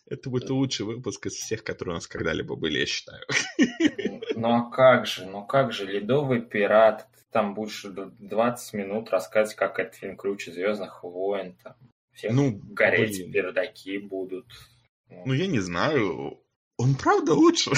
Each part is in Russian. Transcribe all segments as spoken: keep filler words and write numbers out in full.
Это будет лучший выпуск из всех, которые у нас когда-либо были, я считаю. Ну а как же, ну как же, «Ледовый пират», ты там будешь двадцать минут рассказывать, как этот фильм круче «Звездных войн», там, всех Ну, гореть блин. пердаки будут. Ну, я не знаю, он правда лучше.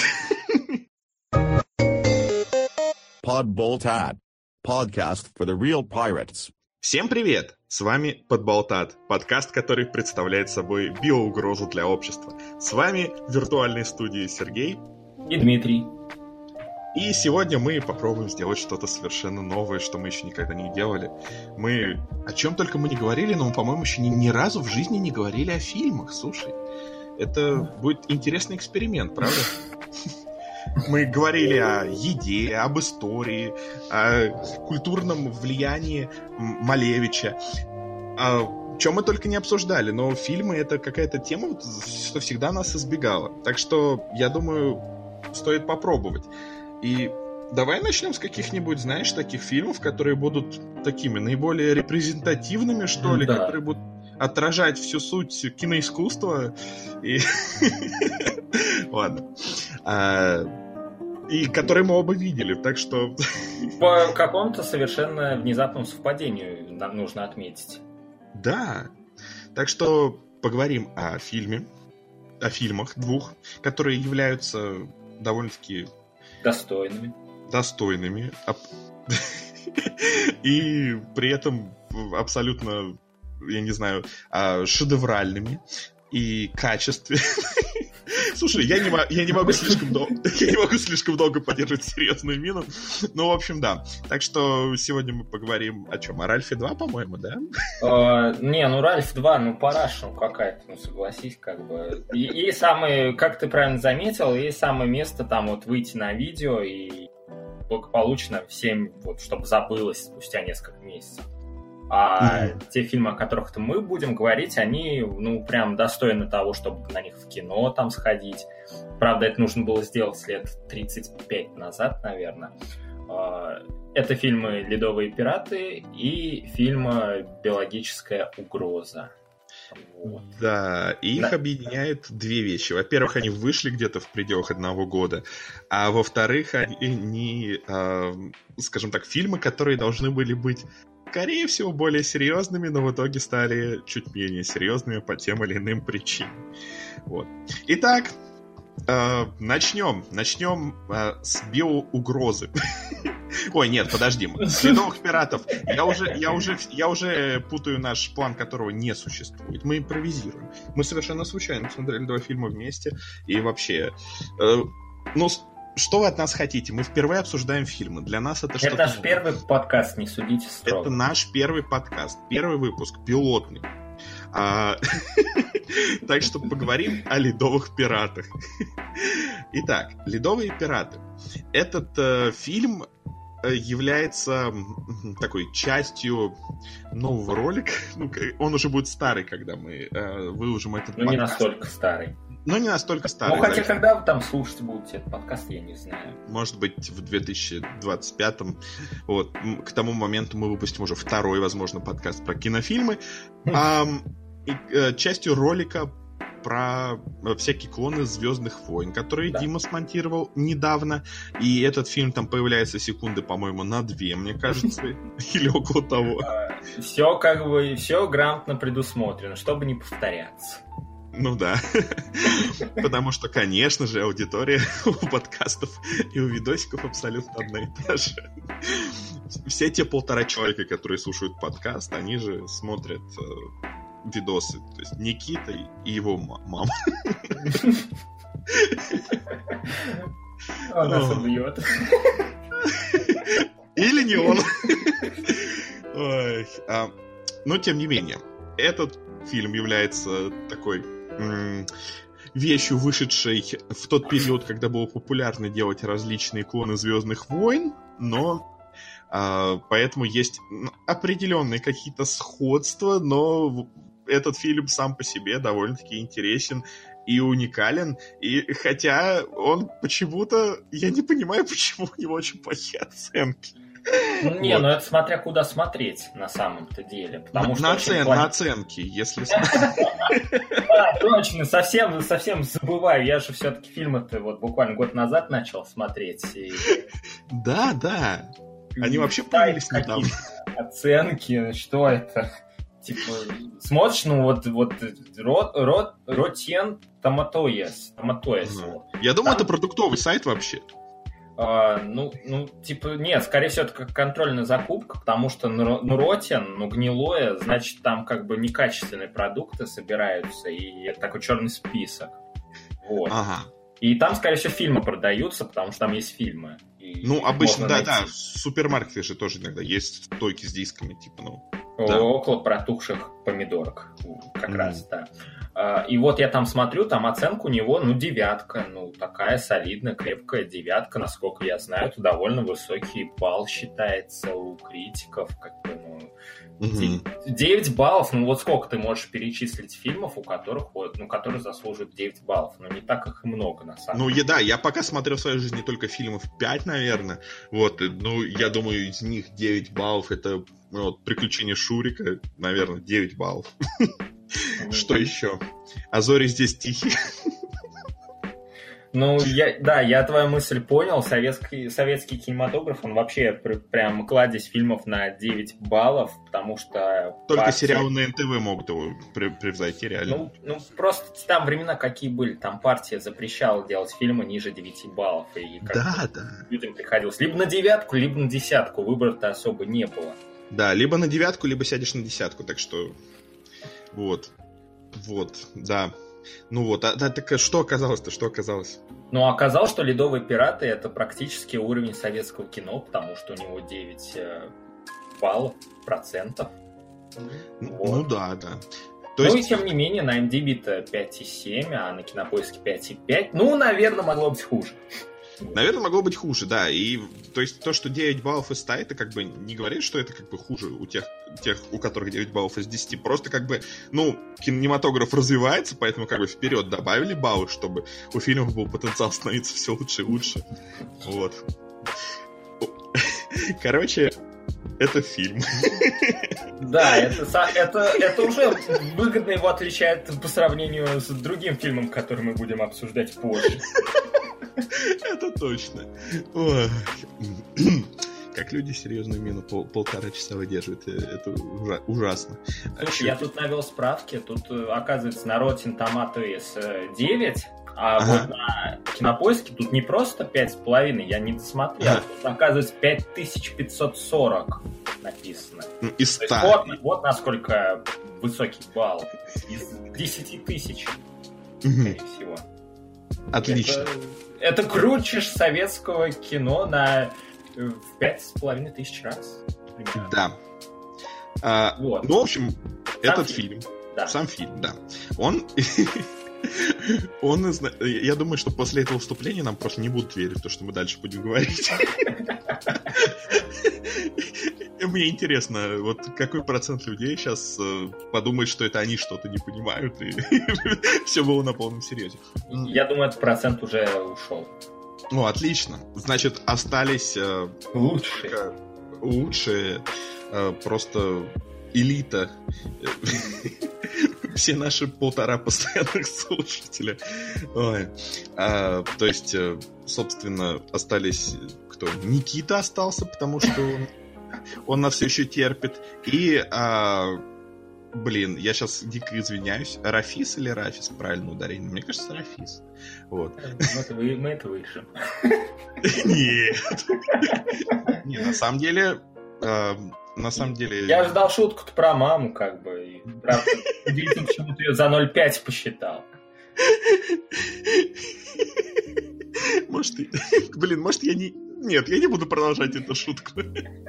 Podboltat. Podcast for the real pirates. Всем привет! С вами Подболтат, подкаст, который представляет собой биоугрозу для общества. С вами в виртуальной студии Сергей И Дмитрий. И сегодня мы попробуем сделать что-то совершенно новое, что мы еще никогда не делали. Мы о чем только мы не говорили, но мы, по-моему, еще ни, ни разу в жизни не говорили о фильмах. Слушай, это будет интересный эксперимент, правда? Мы говорили о еде, об истории, о культурном влиянии Малевича, о чем мы только не обсуждали, но фильмы — это какая-то тема, что всегда нас избегала. Так что, я думаю, стоит попробовать. И давай начнем с каких-нибудь, знаешь, таких фильмов, которые будут такими наиболее репрезентативными, что ли, Да. которые будут отражать всю суть киноискусства. И... Ладно. И которые мы оба видели, так что... По какому-то совершенно внезапному совпадению нам нужно отметить. Да. Так что поговорим о фильме, о фильмах двух, которые являются довольно-таки... Достойными. Достойными. И при этом абсолютно, я не знаю, шедевральными и качественными. Слушай, я не, я не могу слишком долго, я не могу слишком долго поддерживать серьезную мину. Ну, в общем, да. Так что сегодня мы поговорим о чем? О Ральфе два, по-моему, да? Uh, не, ну Ральф два, ну параша, ну какая-то, ну согласись, как бы. И, и самое, как ты правильно заметил, и самое место там вот выйти на видео и благополучно всем, вот, чтобы забылось спустя несколько месяцев. А mm-hmm. те фильмы, о которых мы будем говорить, они, ну, прям достойны того, чтобы на них в кино там сходить. Правда, это нужно было сделать лет тридцать пять назад, наверное. Это фильмы «Ледовые пираты» и фильм «Биологическая угроза». Вот. Да, и их да. объединяет две вещи. Во-первых, они вышли где-то в пределах одного года, а во-вторых, они, э, скажем так, фильмы, которые должны были быть, скорее всего, более серьезными, но в итоге стали чуть менее серьезными по тем или иным причинам. Вот. Итак, э, начнем. Начнем э, с биоугрозы. Ой, нет, подожди. С «Ледовых пиратов». Я уже, я, уже, я уже путаю наш план, которого не существует. Мы импровизируем. Мы совершенно случайно смотрели два фильма вместе. И вообще... Э, ну, что вы от нас хотите? Мы впервые обсуждаем фильмы. Для нас это, это что-то... Это наш первый подкаст, не судите строго. Это наш первый подкаст. Первый выпуск, пилотный. А... Так что поговорим о «Ледовых пиратах». Итак, «Ледовые пираты». Этот э, фильм является такой частью нового ролика. Ну, он уже будет старый, когда мы э, выложим этот ну, подкаст. Не настолько старый. Но не настолько старый. Ну, хотя, да, когда вы там слушать будете этот подкаст, я не знаю. Может быть, в две тысячи двадцать пятом. Вот. К тому моменту мы выпустим уже второй, возможно, подкаст про кинофильмы. А, и, э, частью ролика про всякие клоны «Звездных войн», которые да. Дима смонтировал недавно. И этот фильм там появляется секунды, по-моему, на две, мне кажется. Или около того. Все как бы, все грамотно предусмотрено, чтобы не повторяться. Ну да. Потому что, конечно же, аудитория у подкастов и у видосиков абсолютно одна и та же. Все те полтора человека, которые слушают подкаст, они же смотрят э, видосы. То есть Никита и его мама. Он нас убьет. Или не он. Ой. А, но, тем не менее, этот фильм является такой м- вещью, вышедшей в тот период, когда было популярно делать различные клоны «Звездных войн», но а, поэтому есть определенные какие-то сходства, но этот фильм сам по себе довольно-таки интересен и уникален, и хотя он почему-то, я не понимаю, почему у него очень плохие оценки. Не, Вот. ну это смотря куда смотреть на самом-то деле. Потому На, что на очень оцен- плохо- на оценки, если... Да, точно, совсем, совсем забываю. Я же все-таки фильмы-то вот буквально год назад начал смотреть. И... Да, да. Они вообще Да, появились какие недавно. Оценки, что это? Типа, смотришь, ну вот, вот рот, рот, ротен томатоес, томатоес. Мгм. Я думаю, Там- это продуктовый сайт вообще. А, ну, ну, типа, нет, скорее всего, это как контрольная закупка, потому что ну, ну, ротен, ну, гнилое, значит, там как бы некачественные продукты собираются, и это такой черный список. Вот. Ага. И там, скорее всего, фильмы продаются, потому что там есть фильмы. И Ну, обычно, можно да, найти. да, в супермаркете же тоже иногда есть стойки с дисками, типа, ну... да. Около протухших помидорок, как Мгм. раз, да. А, И вот я там смотрю, там оценка у него, ну, девятка, ну, такая солидная, крепкая девятка, насколько я знаю, это довольно высокий балл считается у критиков, как бы, ну, Мгм. девять баллов, ну, вот сколько ты можешь перечислить фильмов, у которых, вот, ну, которые заслуживают девять баллов, ну, не так их и много, на самом Ну, деле. я, да, я пока смотрел в своей жизни только фильмов пять, наверное. Вот, и, ну, я думаю, из них девять баллов это ну, вот, «Приключения Шурика», наверное, девять баллов. Что еще? «А зори здесь тихие». Ну, я, да, я твою мысль понял. Советский, советский кинематограф, он вообще пр- прям кладезь фильмов на девять баллов, потому что... Только партия- сериалы на эн тэ вэ могут его пре- превзойти, реально. Ну, ну, просто там времена какие были. Там партия запрещала делать фильмы ниже девяти баллов. И как Да, бы да. людям приходилось либо на девятку, либо на десятку. Выбора-то особо не было. Да, либо на девятку, либо сядешь на десятку, так что... Вот. Вот, да. Ну вот, а, да, так что оказалось-то, что оказалось? Но оказалось, что «Ледовые пираты» — это практически уровень советского кино, потому что у него девять э, баллов, процентов. Ну, Вот. ну да, да. То Ну есть, и тем не менее, на эм ди би-то пять и семь, а на Кинопоиске пять и пять. Ну, наверное, могло быть хуже. наверное, могло быть хуже, да. И то есть то, что девять баллов из ста, это как бы не говорит, что это как бы хуже у тех, тех, у которых девять баллов из десяти. Просто как бы, ну, кинематограф развивается, поэтому как бы вперед добавили баллы, чтобы у фильмов был потенциал становиться все лучше и лучше. Вот. Короче, это фильм. Да, это, са- это, это уже выгодно его отличает по сравнению с другим фильмом, который мы будем обсуждать позже. Это точно. Ой. Как люди серьезную мину пол- полтора часа выдерживают, э, это ужа- ужасно. А Слушай, чё- я тут навел справки, тут, э, оказывается, на Rotten Tomatoes девять, а Ага. вот на Кинопоиске тут не просто пять с половиной, я не досмотрел, Ага. тут, оказывается, пять тысяч пятьсот сорок написано. Ну, из То есть ста. вот, вот насколько высокий балл. Из десяти тысяч, Мгм. скорее всего. Отлично. Это, это круче советского кино на э, в пять с половиной тысяч раз. примерно. Да. А, Вот. Ну, в общем, этот фильм. фильм, Да. сам фильм, да, он... Он, изна- я думаю, что после этого вступления нам просто не будут верить в то, что мы дальше будем говорить. Мне интересно, вот какой процент людей сейчас подумает, что это они что-то не понимают, и все было на полном серьезе. Я думаю, этот процент уже ушел. Ну, отлично. Значит, остались э, Лучше. только лучшие, э, просто элита. Все наши полтора постоянных слушателя. Ой. А, то есть, э, собственно, остались кто? Никита остался, потому что он, он нас все еще терпит. И, а, блин, я сейчас дико извиняюсь. Рафис или Рафис, правильно ударение? Мне кажется, Рафис. Вот. Мы это, вы- мы это вырежем. Нет. Не, на самом деле... э, На самом деле... Я ждал шутку-то про маму, как бы. И, правда, удивительно, почему ты ее за ноль целых пять десятых посчитал. Может, и- блин, может, я не... Нет, я не буду продолжать эту шутку.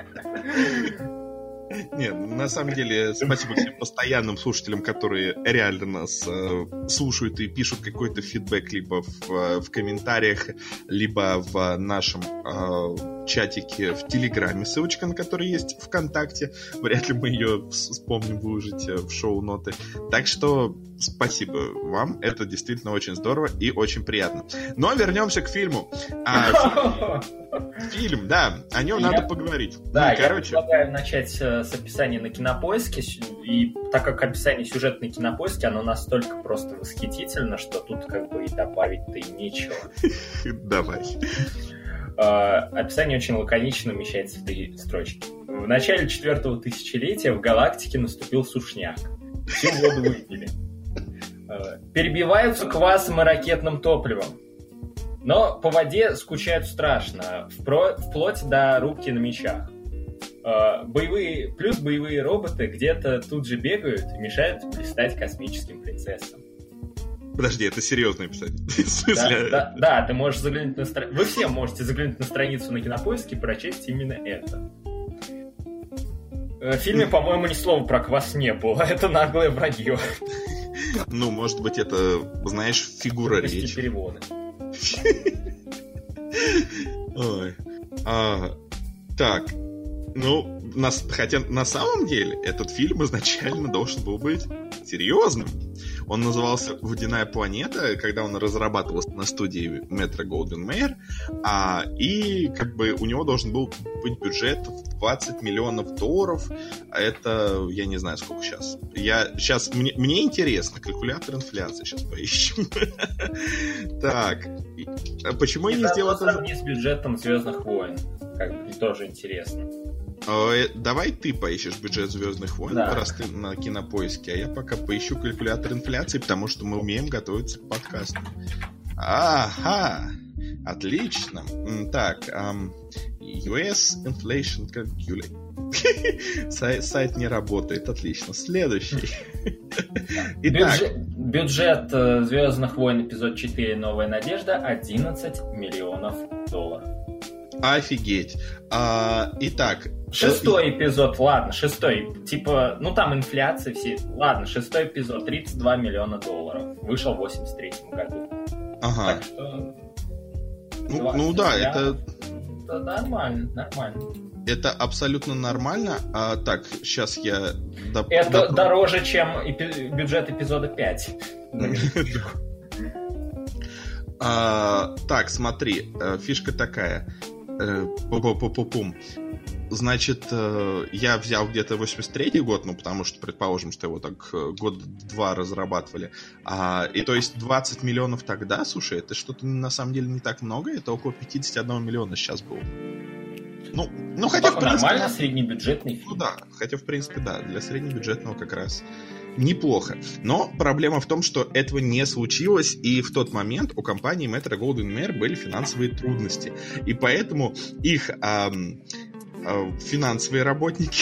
Нет, на самом деле, спасибо всем постоянным слушателям, которые реально нас э, слушают и пишут какой-то фидбэк либо в, э, в комментариях, либо в нашем э, чатике в Телеграме, ссылочка на который есть ВКонтакте. Вряд ли мы ее вспомним выложить э, в шоу-ноты. Так что спасибо вам, это действительно очень здорово и очень приятно. Но вернемся к фильму. А, Фильм, да, о нем я... надо поговорить. Да, ну, короче... я предлагаю начать с описания на Кинопоиске, и так как описание сюжета на Кинопоиске, оно настолько просто восхитительно, что тут как бы и добавить-то и нечего. Давай. Описание очень лаконично вмещается в три строчки. В начале четвертого тысячелетия в галактике наступил сушняк. Всю воду выпили. Перебиваются квасом и ракетным топливом. Но по воде скучают страшно, впро- вплоть до рубки на мечах. Э, боевые, плюс боевые роботы где-то тут же бегают и мешают блистать космическим принцессам. Подожди, это серьезное описание. Да, да, да, ты можешь заглянуть на страницу. Вы все можете заглянуть на страницу на Кинопоиске и прочесть именно это. В фильме, по-моему, ни слова про квас не было. Это наглое вранье. Ну, может быть, это, знаешь, фигура речи. Переводы. Ой. А, так, ну, нас, хотя на самом деле этот фильм изначально должен был быть серьезным. Он назывался «Водяная планета», когда он разрабатывался на студии Metro-Goldwyn-Mayer, а, и как бы у него должен был быть бюджет в двадцать миллионов долларов. Это, я не знаю, сколько сейчас. Я сейчас мне, мне интересно, калькулятор инфляции сейчас поищем. Так, почему я не сделал это? Сравни с бюджетом «Звездных войн», как бы тоже интересно. Давай ты поищешь бюджет «Звездных войн», да. Раз ты на Кинопоиске, а я пока поищу калькулятор инфляции, потому что мы умеем готовиться к подкасту. Ага, отлично. Так, um, ю эс Inflation Calculator. Сайт, сайт не работает, отлично. Следующий. Итак. Бюджет, бюджет «Звездных войн» эпизод четыре «Новая надежда» одиннадцать миллионов долларов. Офигеть. А, итак. Шестой эпизод, ладно, шестой. Типа, ну там инфляция все. Ладно, шестой эпизод, тридцать два миллиона долларов. Вышел в восемьдесят третьем году. Ага. Так что... Ну, ну да, это... Это нормально, нормально. Это абсолютно нормально. А, так, сейчас я... Доп... Это доп... дороже, чем эпи... бюджет эпизода пять. Так, смотри, фишка такая. Пу-пу-пу-пум. Значит, я взял где-то восемьдесят третий год, ну, потому что, предположим, что его так год-два разрабатывали. А, и то есть двадцать миллионов тогда, слушай, это что-то на самом деле не так много, это около пятьдесят один миллиона сейчас было. Ну, ну хотя, в принципе... Нормально, среднебюджетный фильм. Ну да, хотя, в принципе, да, для среднебюджетного как раз неплохо. Но проблема в том, что этого не случилось, и в тот момент у компании Metro-Goldwyn-Mayer были финансовые трудности. И поэтому их эм, э, финансовые работники,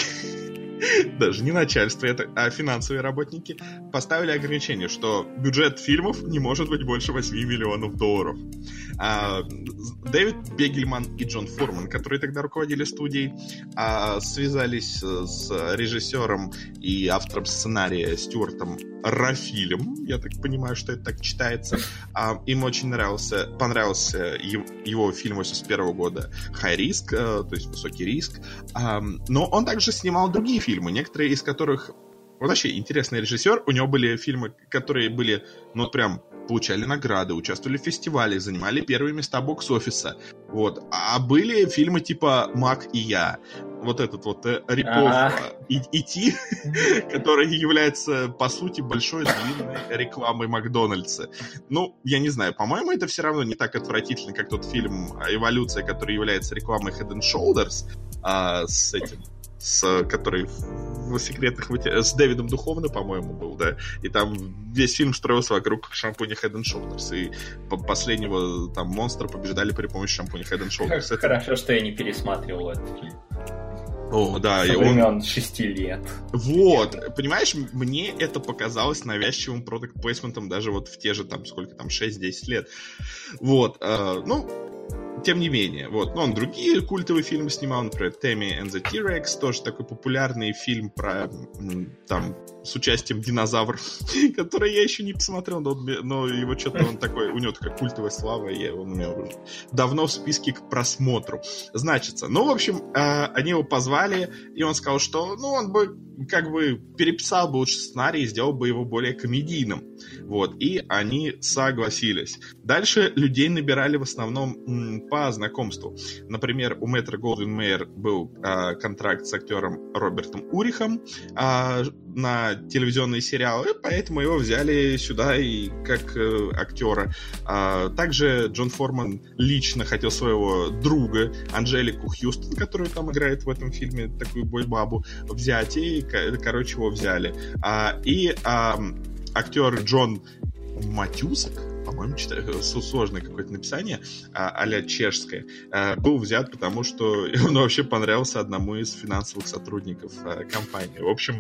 даже не начальство, это, а финансовые работники, поставили ограничение, что бюджет фильмов не может быть больше восемь миллионов долларов. А, Дэвид Бегельман и Джон Форман, которые тогда руководили студией, а, связались с режиссером и автором сценария Стюартом Рафилем, я так понимаю, что это так читается. А, им очень нравился, понравился его, его фильм восемьдесят первого года «High Risk», а, то есть «Высокий риск». А, но он также снимал другие фильмы, некоторые из которых... Он вообще интересный режиссер. У него были фильмы, которые были, ну, прям получали награды, участвовали в фестивалях, занимали первые места бокс-офиса. Вот. А были фильмы типа «Мак и я». Вот этот вот э, рипов И Ти, который является, по сути, большой длинной рекламой Макдональдса. Ну, я не знаю, по-моему, это все равно не так отвратительно, как тот фильм «Эволюция», который является рекламой Head and Shoulders, а, с этим... с который в секретных с Дэвидом Духовно, по-моему, был, да, и там весь фильм строился вокруг шампуня Head and Shoulders, и последнего там монстра побеждали при помощи шампуня Head and Shoulders. Это... Хорошо, что я не пересматривал этот фильм. О, да, со и времен он... шести лет. Вот, понимаешь, мне это показалось навязчивым продакт-плейсментом даже вот в те же там, сколько там, шесть-десять лет. Вот, э, ну, тем не менее, вот, ну, он другие культовые фильмы снимал, например, Tammy and the T-Rex, тоже такой популярный фильм про, там, с участием динозавров, который я еще не посмотрел, но, но его что-то он такой, у него такая культовая слава, и он у меня уже давно в списке к просмотру значится. Ну, в общем, они его позвали, и он сказал, что, ну, он бы как бы переписал бы лучше сценарий и сделал бы его более комедийным. Вот, и они согласились. Дальше людей набирали в основном м, по знакомству. Например, у Метро Голдвин Майер был э, контракт с актером Робертом Урихом э, на телевизионные сериалы, поэтому его взяли сюда и как э, актера. А, также Джон Форман лично хотел своего друга Анжелику Хьюстон, которую там играет в этом фильме, такую бой-бабу, взять, и, короче, его взяли. А, и а, актер Джон Матюсак, по-моему, читаю, сложное какое-то написание, а-ля чешское, был взят, потому что он вообще понравился одному из финансовых сотрудников компании. В общем,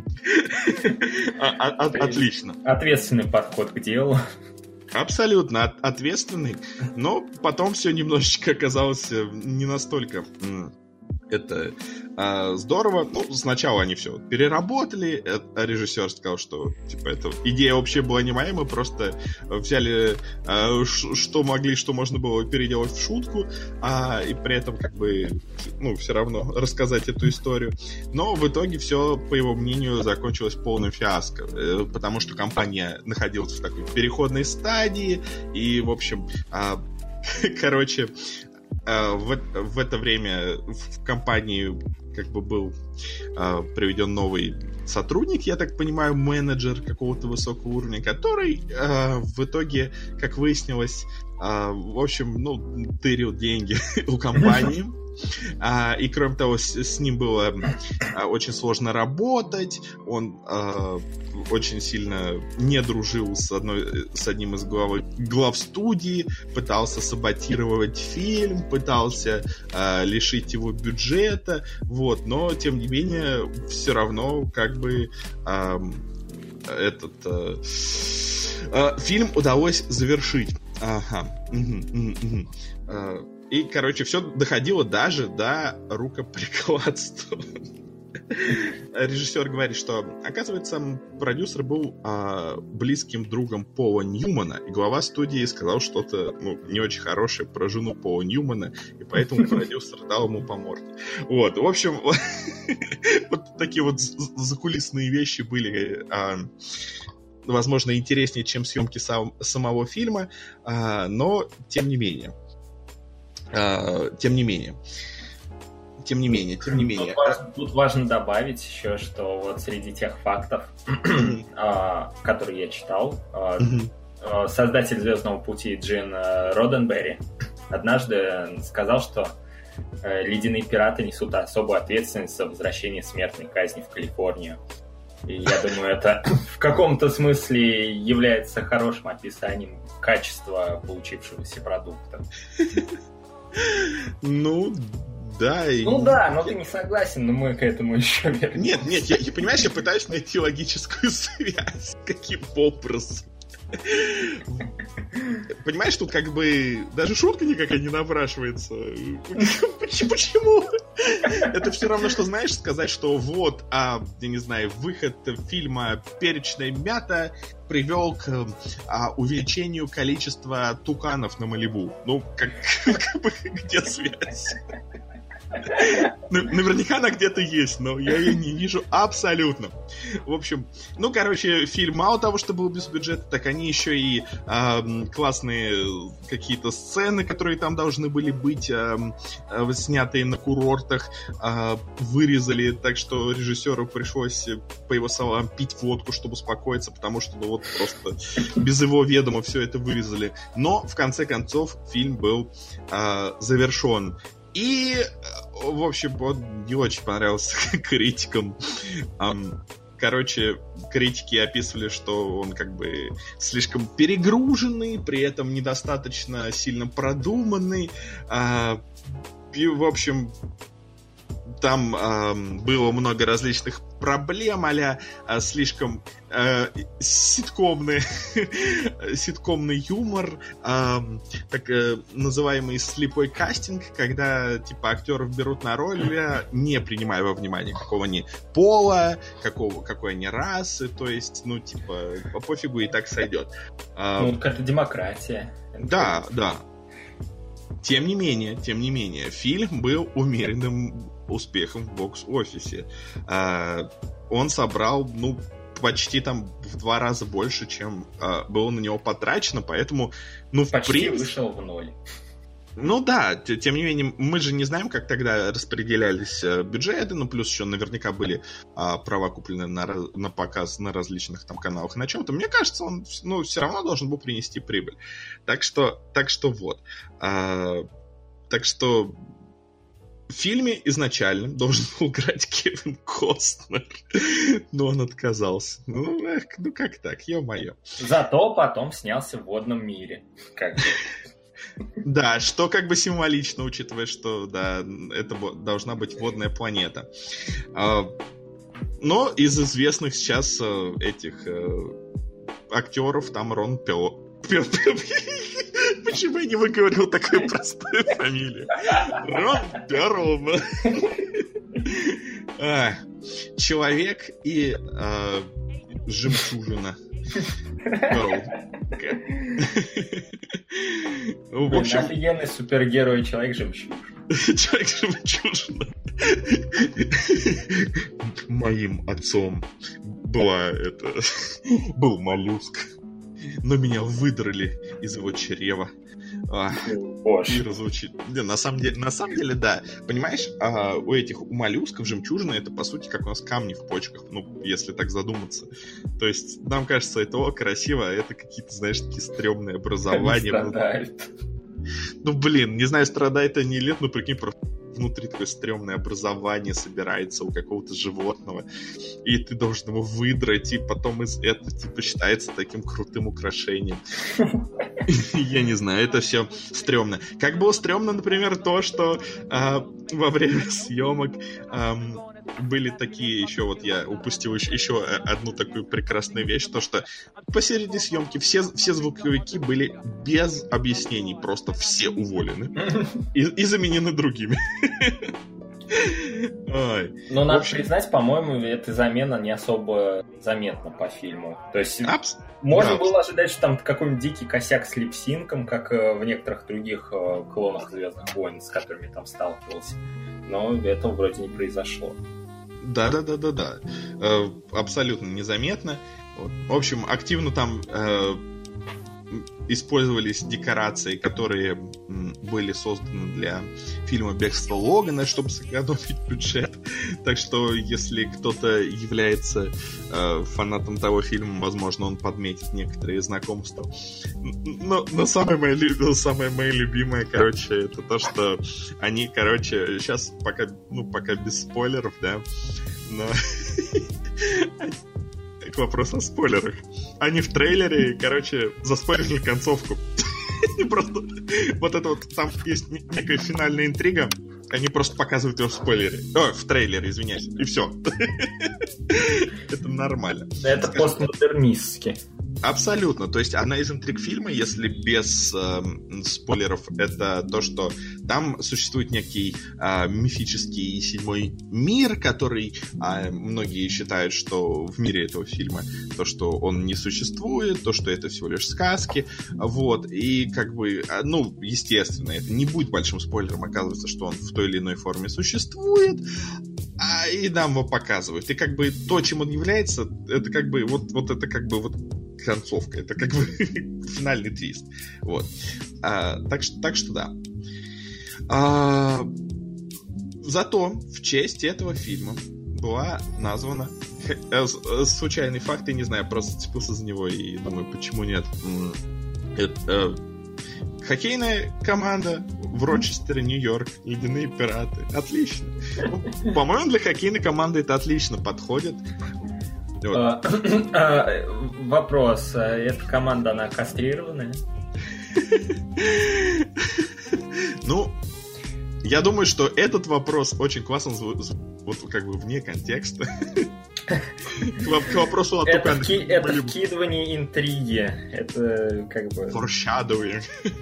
отлично. Ответственный подход к делу. Абсолютно ответственный, но потом все немножечко оказалось не настолько... Это э, здорово. Ну, сначала они все переработали. А режиссер сказал, что типа эта идея вообще была не моя. Мы просто взяли, э, ш- что могли, что можно было переделать в шутку, а, и при этом как бы, ну, все равно рассказать эту историю. Но в итоге все, по его мнению, закончилось полным фиаско, э, потому что компания находилась в такой переходной стадии. И, в общем, э, короче... В, в это время в компании как бы был э, приведен новый сотрудник, я так понимаю, менеджер какого-то высокого уровня, который э, в итоге, как выяснилось, э, в общем, ну, тырил деньги у компании. А, и кроме того, с, с ним было а, очень сложно работать. Он а, очень сильно не дружил с, одной, с одним из глав, глав студии, пытался саботировать фильм, пытался а, лишить его бюджета. Вот, но тем не менее, все равно как бы а, этот а, а, фильм удалось завершить. Ага. Угу, угу, угу. А, И, короче, все доходило даже до рукоприкладства. Режиссер говорит, что, оказывается, продюсер был а, близким другом Пола Ньюмана, и глава студии сказал что-то, ну, не очень хорошее про жену Пола Ньюмана, и поэтому продюсер дал ему по морде. Вот, в общем, вот такие вот закулисные вещи были... возможно, интереснее, чем съемки сам, самого фильма, а, но тем не менее. А, тем не менее. Тем не менее, тем не менее. Тут важно, тут важно добавить еще, что вот среди тех фактов, а, которые я читал, а, создатель «Звездного пути» Джин Роденберри однажды сказал, что «Ледяные пираты» несут особую ответственность за возвращение смертной казни в Калифорнию. И я думаю, это в каком-то смысле является хорошим описанием качества получившегося продукта. Ну, да. Ну и... да, но ты не согласен, но мы к этому еще вернемся. Нет, нет, я, я, понимаешь, я пытаюсь найти логическую связь. Каким образом? Понимаешь, тут как бы даже шутка никакая не напрашивается. Почему? Это все равно, что, знаешь, сказать, что вот, а, я не знаю, выход фильма «Перечная мята» привел к а, увеличению количества туканов на Малибу. Ну, как, как бы, где связь? Наверняка она где-то есть, но я ее не вижу абсолютно. В общем, ну, короче, фильм мало того, что был без бюджета, так они еще и э, классные какие-то сцены, которые там должны были быть, э, э, снятые на курортах, э, вырезали, так что режиссеру пришлось, по его словам, пить водку, чтобы успокоиться, потому что, ну, вот просто без его ведома все это вырезали. Но, в конце концов, фильм был э, завершен. И, в общем, он не очень понравился критикам. Короче, критики описывали, что он как бы слишком перегруженный, при этом недостаточно сильно продуманный. И, в общем, там э, было много различных проблем, а-ля э, слишком э, ситкомный, ситкомный юмор, э, так э, называемый слепой кастинг, когда типа актеров берут на роль, не принимая во внимание какого ни пола, какого, какой они расы, то есть, ну, типа, по пофигу и так сойдет. Ну, какая-то демократия. Да, да. Тем не менее, тем не менее, фильм был умеренным успехом в бокс-офисе. А, он собрал, ну, почти там в два раза больше, чем э, было на него потрачено, поэтому, ну, в почти принципе... вышел в ноль. Ну да, тем не менее, мы же не знаем, как тогда распределялись бюджеты, ну плюс еще наверняка были а, права куплены на, на показ на различных там каналах и на чем-то. Мне кажется, он ну, все равно должен был принести прибыль. Так что, так что вот. А, так что в фильме изначально должен был играть Кевин Костнер, но он отказался. Ну, эх, ну как так, ё-моё. Зато потом снялся в «Водном мире». Как бы. Да, что как бы символично, учитывая, что да, это должна быть водная планета. Но из известных сейчас этих актеров там Рон Пё... Пё... Почему я не выговорил такую простую фамилию? Рон Пёрлман. Человек и жемчужина. В общем, офигенный супергерой Человек-жемчужина. Человек-жемчужина. Моим отцом была это... был моллюск. Но меня выдрали из его чрева. А, и разучить. Не, на самом деле, на самом деле, да. Понимаешь, а, у этих у моллюсков жемчужина это по сути как у нас камни в почках, ну, если так задуматься. То есть, нам кажется, это о, красиво, а это какие-то, знаешь, такие стрёмные образования. Ну, блин, не знаю, страдает они или нет, но прикинь, просто внутри такое стрёмное образование собирается у какого-то животного, и ты должен его выдрать, и потом из этого типа считается таким крутым украшением. Я не знаю, это все стрёмно. Как было стрёмно, например, то, что а, во время съемок а, были такие еще, вот я упустил еще, еще одну такую прекрасную вещь, то, что посередине съемки все, все звуковики были без объяснений, просто все уволены и, и заменены другими. Ой. Но надо общем... признать, по-моему, эта замена не особо заметна по фильму. То есть Абс... можно да, было ожидать, что там какой-нибудь дикий косяк с липсинком, как в некоторых других клонах «Звездных войн», с которыми там сталкивался. Но этого вроде не произошло. Да-да-да-да-да. Э, абсолютно незаметно. Вот. В общем, активно там э, использовались декорации, которые м, были созданы для фильма «Бегство Логана», чтобы сэкономить бюджет. Так что, если кто-то является э, фанатом того фильма, возможно, он подметит некоторые знакомства. Но, но самое, мое, самое мое любимое, короче, это то, что они, короче, сейчас пока, ну, пока без спойлеров, да, но... К вопросу о спойлерах. Они в трейлере, короче, заспойлерили концовку. И просто вот это вот, там есть некая финальная интрига, они просто показывают ее в спойлере. О, в трейлере, извиняюсь. И все. Это нормально. Это постмодернистски. Абсолютно. То есть одна из интриг фильма, если без э, спойлеров, это то, что там существует некий э, мифический седьмой мир, который э, многие считают, что в мире этого фильма то, что он не существует, то, что это всего лишь сказки. Вот. И как бы, ну, естественно, это не будет большим спойлером. Оказывается, что он в той или иной форме существует. А и нам его показывают. И как бы то, чем он является, это как бы вот, вот это как бы вот концовка. Это как бы финальный твист. Вот. А, так, что, так что да. А, зато в честь этого фильма была названа случайный факт, я не знаю, просто цепился за него и думаю, почему нет. Это хоккейная команда в Рочестере, Нью-Йорк, Ледяные пираты. Отлично. Ну, по-моему, для хоккейной команды это отлично подходит. Вот. А, а, вопрос. Эта команда, она кастрированная? Ну, я думаю, что этот вопрос очень классно звучит, вот как бы вне контекста. К вопросу о Это, ки- это вкидывание интриги. Это как бы... Foreshadowing.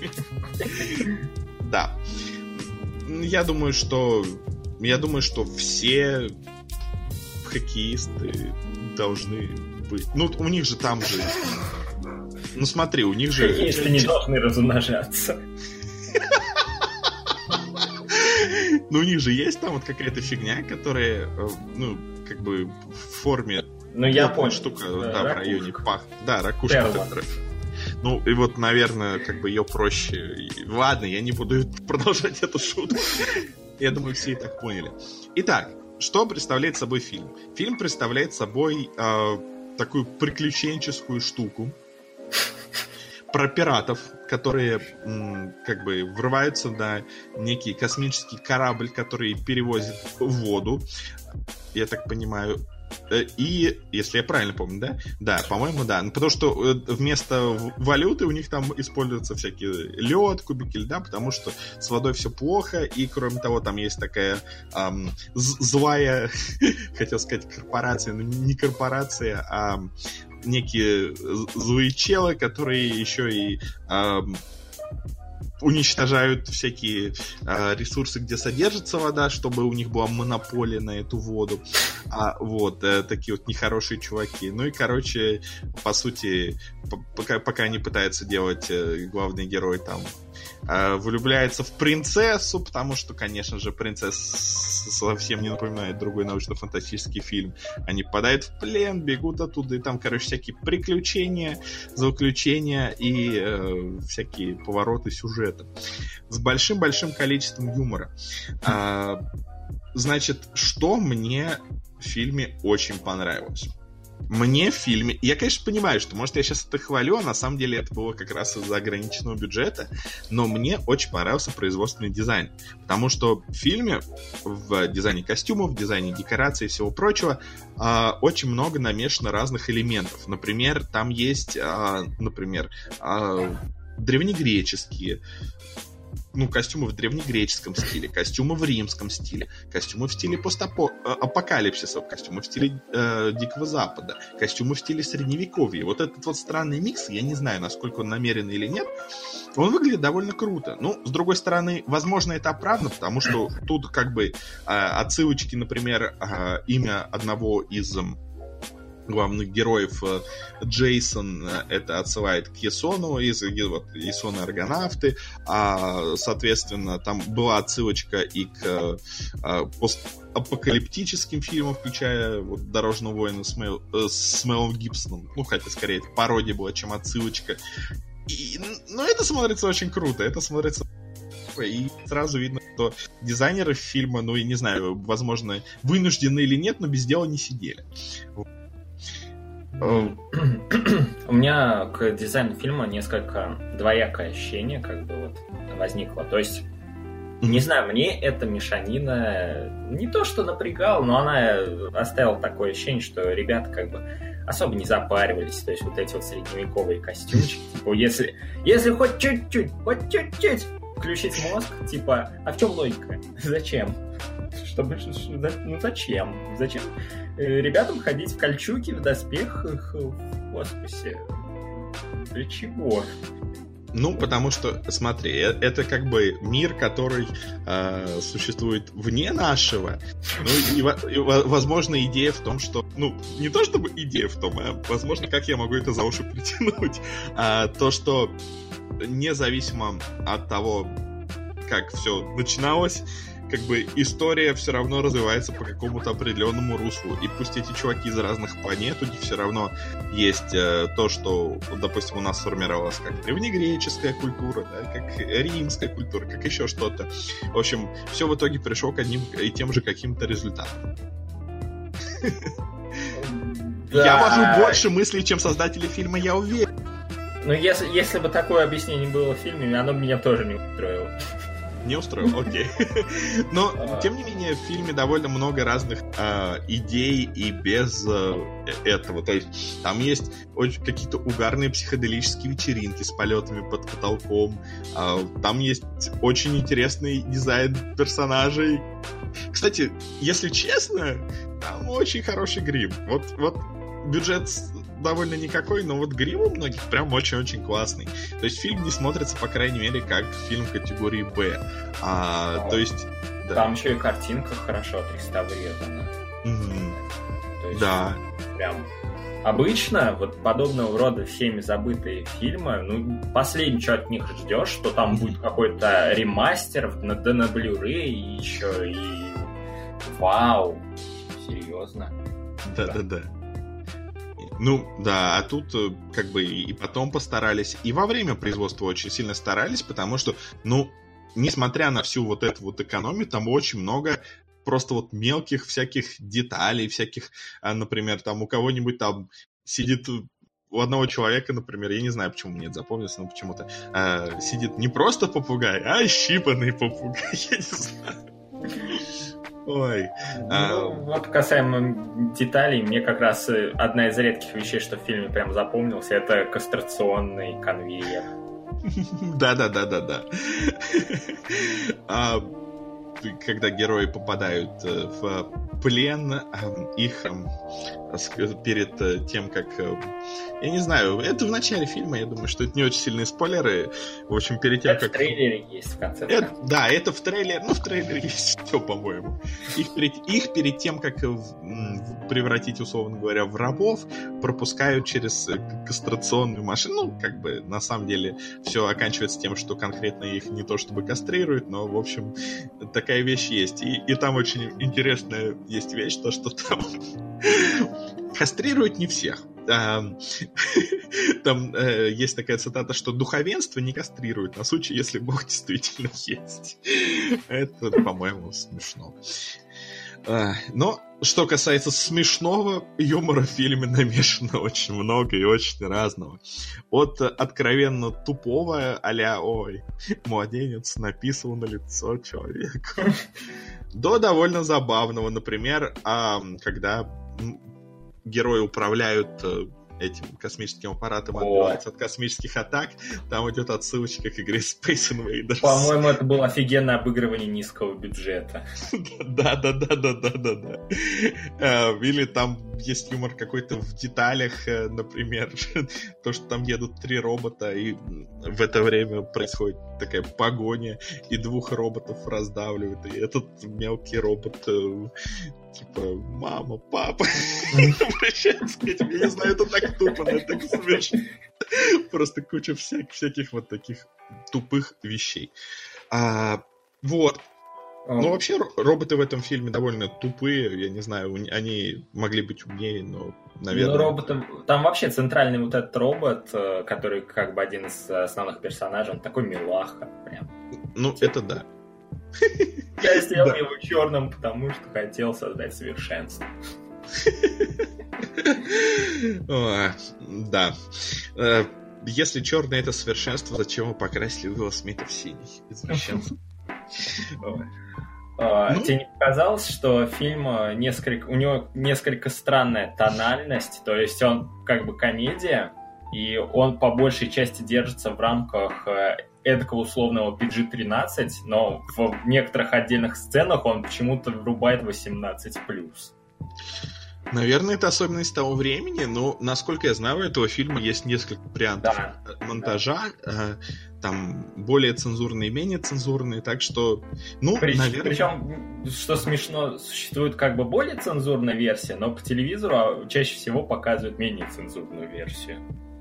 Да. Я думаю, что... Я думаю, что все хоккеисты должны быть... Ну, у них же там же... Ну, смотри, у них же... Хоккеисты не должны размножаться. Ну, у них же есть там вот какая-то фигня, которая, ну, как бы в форме... Ну, я понял. Штука, да, да, в районе пах. Да, ракушка. Ну, и вот, наверное, как бы ее проще... Ладно, я не буду продолжать эту шутку. Я думаю, все и так поняли. Итак, что представляет собой фильм? Фильм представляет собой э, такую приключенческую штуку про пиратов, которые м, как бы врываются на некий космический корабль, который перевозит воду, я так понимаю. И, если я правильно помню, да? Да, по-моему, да. Потому что вместо валюты у них там используются всякие лед, кубики льда, потому что с водой все плохо, и, кроме того, там есть такая эм, злая, хотел сказать, корпорация, но не корпорация, а некие злые челы, которые еще и эм, уничтожают всякие э, ресурсы, где содержится вода, чтобы у них была монополия на эту воду. А, вот, э, такие вот нехорошие чуваки. Ну и, короче, по сути, пока, пока они пытаются делать, э, главный герой там э, влюбляется в принцессу, потому что, конечно же, принцесса совсем не напоминает другой научно-фантастический фильм. Они попадают в плен, бегут оттуда, и там, короче, всякие приключения, злоключения и э, всякие повороты сюжета. С большим-большим количеством юмора. А, значит, что мне в фильме очень понравилось? Мне в фильме... Я, конечно, понимаю, что, может, я сейчас это хвалю, а на самом деле это было как раз из-за ограниченного бюджета, но мне очень понравился производственный дизайн, потому что в фильме, в дизайне костюмов, в дизайне декораций и всего прочего, э, очень много намешано разных элементов. Например, там есть, э, например, э, древнегреческие, ну, костюмы в древнегреческом стиле, костюмы в римском стиле, костюмы в стиле постапокалипсиса, костюмы в стиле э, Дикого Запада, костюмы в стиле Средневековья. Вот этот вот странный микс, я не знаю, насколько он намеренный или нет, он выглядит довольно круто. Ну, с другой стороны, возможно, это оправдано, потому что тут как бы э, отсылочки, например, э, имя одного из... главных героев, Джейсон, это отсылает к Ясону, из вот, Ясона Аргонавты, а, соответственно, там была отсылочка и к а, постапокалиптическим фильмам, включая вот, «Дорожного воина» с, Мэл, с Мэлом Гибсоном, ну, хотя, скорее, это пародия была, чем отсылочка. И, ну, это смотрится очень круто, это смотрится... И сразу видно, что дизайнеры фильма, ну, я не знаю, возможно, вынуждены или нет, но без дела не сидели. У меня к дизайну фильма несколько двоякое ощущение как бы вот возникло. То есть, не знаю, мне эта мешанина не то что напрягала, но она оставила такое ощущение, что ребята как бы особо не запаривались. То есть вот эти вот средневековые костюмчики. Типа, если, если хоть чуть-чуть, хоть чуть-чуть включить мозг, типа, а в чем логика? Зачем? Чтобы, ну зачем? Зачем ребятам ходить в кольчуге, в доспехах, в космосе? Для чего? Ну, потому что, смотри, это как бы мир, который э, существует вне нашего. Ну, и, и, возможно, идея в том, что... Ну, не то чтобы идея в том, а, возможно, как я могу это за уши притянуть. А, то, что независимо от того, как все начиналось, как бы история все равно развивается по какому-то определенному руслу. И пусть эти чуваки из разных планет, у них все равно есть э, то, что, допустим, у нас сформировалась как древнегреческая культура, да, как римская культура, как еще что-то. В общем, все в итоге пришло к одним и тем же каким-то результатам. Я вожу больше мыслей, чем создатели фильма, я уверен. Ну, если, если бы такое объяснение было в фильме, оно бы меня тоже не устроило. Не устроил, окей. Но, тем не менее, в фильме довольно много разных э, идей и без э, этого. То есть там есть очень, какие-то угарные психоделические вечеринки с полетами под потолком. Э, там есть очень интересный дизайн персонажей. Кстати, если честно, там очень хороший грим. Вот, вот бюджет довольно никакой, но вот грим у многих прям очень-очень классный. То есть фильм не смотрится, по крайней мере, как фильм категории Б. А, а, то есть... Да. Там еще и картинка хорошо отреставрирована. Mm-hmm. То есть, да. Прям... Обычно вот подобного рода всеми забытые фильмы, ну, последнее, что от них ждешь, что там будет какой-то ремастер, да на Blu-ray, и еще и вау. серьезно. Да-да-да. Ну, да, а тут как бы и потом постарались, и во время производства очень сильно старались, потому что, ну, несмотря на всю вот эту вот экономию, там очень много просто вот мелких всяких деталей, всяких, например, там у кого-нибудь там сидит... У одного человека, например, я не знаю, почему мне это запомнилось, но почему-то э, сидит не просто попугай, а щипанный попугай, я не знаю. Ой. Ну, а... вот касаемо деталей, мне как раз одна из редких вещей, что в фильме прям запомнился, это кастрационный конвейер. Да-да-да-да-да. Когда герои попадают в плен, их перед тем, как... Я не знаю, это в начале фильма, я думаю, что это не очень сильные спойлеры. В общем, перед тем, это как... в трейлере есть в конце. Это, да, это в трейлере, ну, в трейлере есть все, по-моему. Их перед, их перед тем, как в, превратить, условно говоря, в рабов, пропускают через кастрационную машину. Ну, как бы, на самом деле, все оканчивается тем, что конкретно их не то чтобы кастрируют, но, в общем, такая вещь есть. И, и там очень интересная есть вещь, то, что там кастрируют не всех. Там э, есть такая цитата, что духовенство не кастрирует на случай, если Бог действительно есть. Это, по-моему, смешно. А, но что касается смешного, юмора в фильме намешано очень много и очень разного. От откровенно тупого а-ля «Ой, младенец написал на лицо человека» до довольно забавного, например, а, когда герои управляют этим космическим аппаратом, отбиваются от космических атак. Там идет отсылочка к игре Space Invaders. По-моему, это было офигенное обыгрывание низкого бюджета. Да-да-да-да-да-да. Или там есть юмор какой-то в деталях, например, то, что там едут три робота, и в это время происходит такая погоня, и двух роботов раздавливают, и этот мелкий робот типа, мама, папа, обращается к этим, я не знаю, это так тупо, но это так смешно. Просто куча всяких, всяких вот таких тупых вещей. А, вот. Ну, вообще, роботы в этом фильме довольно тупые, я не знаю, они могли быть умнее, но, наверное... Ну, роботы... Там вообще центральный вот этот робот, который как бы один из основных персонажей, он такой милаха, прям. Ну, это да. Я сделал его черным, потому что хотел создать совершенство. Да. Если черное это совершенство, зачем вы покрасили Уилла Смита в синий? Извращенство. Ну? Тебе не показалось, что фильм несколько, у него несколько странная тональность, то есть он как бы комедия, и он по большей части держится в рамках эдакого условного пи джи тринадцать, но в некоторых отдельных сценах он почему-то врубает восемнадцать плюс. Наверное, это особенность того времени, но, насколько я знаю, у этого фильма есть несколько вариантов да, монтажа, да. Там более цензурные, менее цензурные, так что, ну, Прич, наверное... Причем, что смешно, существует как бы более цензурная версия, но по телевизору чаще всего показывают менее цензурную версию.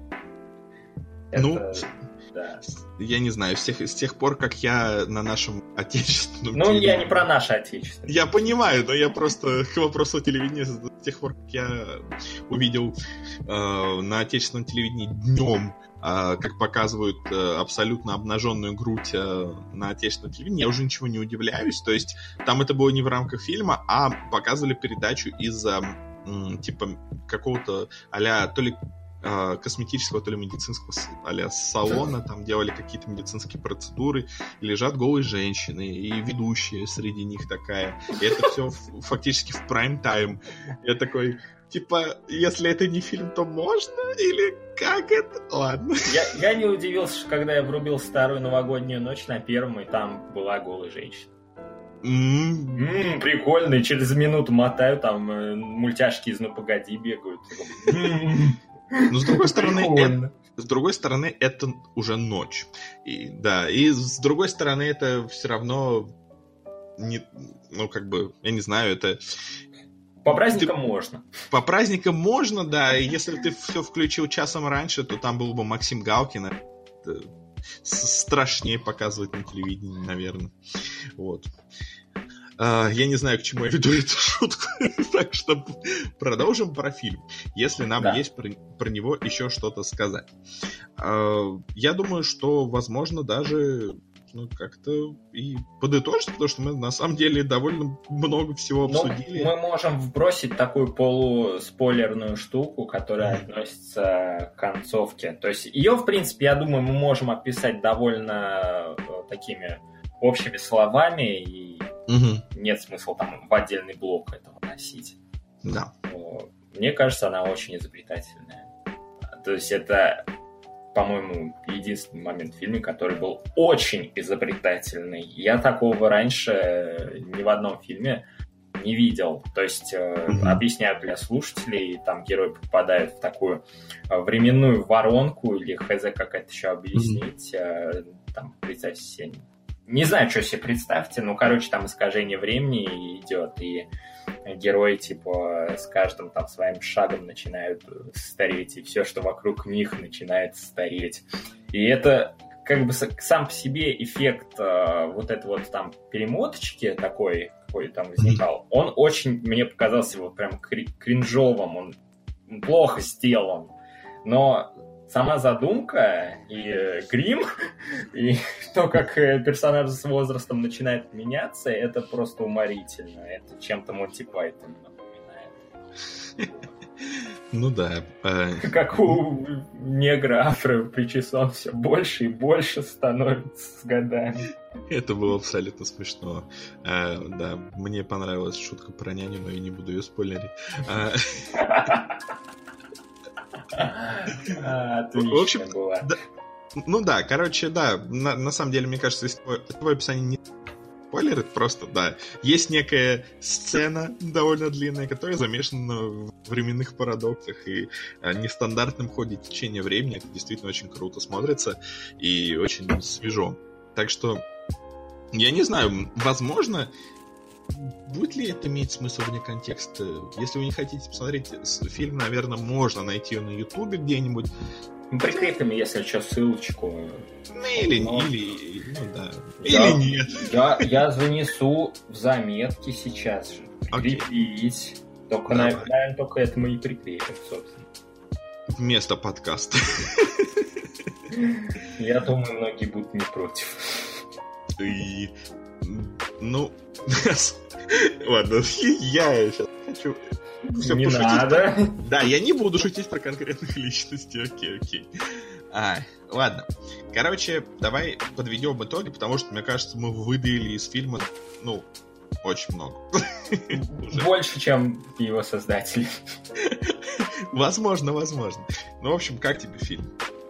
Ну, это... Да. Я не знаю, с тех, с тех пор, как я на нашем отечественном Ну, телевидении... я не про наше отечественное. Я понимаю, но я просто к вопросу телевидения с тех пор, как я увидел э, на отечественном телевидении днем, э, как показывают э, абсолютно обнаженную грудь э, на отечественном телевидении, я уже ничего не удивляюсь. То есть там это было не в рамках фильма, а показывали передачу из э, э, типа какого-то а-ля то ли косметического, то ли медицинского а-ля салона, там делали какие-то медицинские процедуры, лежат голые женщины, и ведущая среди них такая. И это все фактически в прайм-тайм. Я такой, типа, если это не фильм, то можно? Или как это? Ладно. Я, я не удивился, когда я врубил старую новогоднюю ночь на первом, и там была голая женщина. Mm. Mm, прикольно, и через минуту мотаю, там э, мультяшки из «Ну, погоди» бегают. Но с другой стороны, это, с другой стороны, это уже ночь. И, да, и с другой стороны, это все равно не, ну, как бы, я не знаю, это... По праздникам ты, можно. По праздникам можно, да, и если ты все включил часом раньше, то там был бы Максим Галкин. Это страшнее показывать на телевидении, наверное. Вот. Uh, я не знаю, к чему я веду эту шутку, так что продолжим про фильм, если нам да. есть про, про него еще что-то сказать. Uh, я думаю, что, возможно, даже ну, как-то и подытожить, потому что мы на самом деле довольно много всего обсудили. Ну, мы можем вбросить такую полуспойлерную штуку, которая mm-hmm. относится к концовке. То есть ее, в принципе, я думаю, мы можем описать довольно такими общими словами, и угу. нет смысла там в отдельный блок этого носить. Да. Но, мне кажется, она очень изобретательная. То есть это, по-моему, единственный момент в фильме, который был очень изобретательный. Я такого раньше ни в одном фильме не видел. То есть угу. объясняю для слушателей, там герой попадает в такую временную воронку, или хз, как это еще объяснить, угу. там, представьте себе, не знаю, что себе представьте, но, короче, там искажение времени идет, и герои, типа, с каждым там своим шагом начинают стареть, и все, что вокруг них, начинает стареть. И это, как бы, сам по себе эффект э, вот этой вот там перемоточки такой, какой там возникал, он очень, мне показался его прям кринжовым, он плохо сделан, но сама задумка и э, грим, и то, как э, персонаж с возрастом начинает меняться, это просто уморительно. Это чем-то Монти Пайтон напоминает. Ну да. Как у негра афро-причесон все больше и больше становится с годами. Это было абсолютно смешно. А, да, мне понравилась шутка про няню, но я не буду ее спойлерить. А, отлично, в общем, да, ну да, короче, да, на, на самом деле, мне кажется, если твое, твое описание не спойлер, это просто, да, есть некая сцена довольно длинная, которая замешана в временных парадоксах и нестандартном ходе течения времени. Это действительно очень круто смотрится и очень свежо. Так что, я не знаю, возможно, будет ли это иметь смысл вне контекста? Если вы не хотите посмотреть фильм, наверное, можно найти его на Ютубе где-нибудь. Мы прикрепим, если что, ссылочку. Ну, или, Но... или, ну, да. я, или нет. Я, я занесу в заметки сейчас же. Прикрепить. Okay. Только, наверное, только это мы и прикрепим, собственно. Вместо подкаста. Я думаю, многие будут не против. И... Ну, ладно, я сейчас хочу все не пошутить. Надо. Про... Да, я не буду шутить про конкретных личностей, окей, окей. А, ладно. Короче, давай подведем итоги, потому что, мне кажется, мы выдавили из фильма, ну, очень много. Больше, чем его создатели. Возможно, возможно. Ну, в общем, как тебе фильм?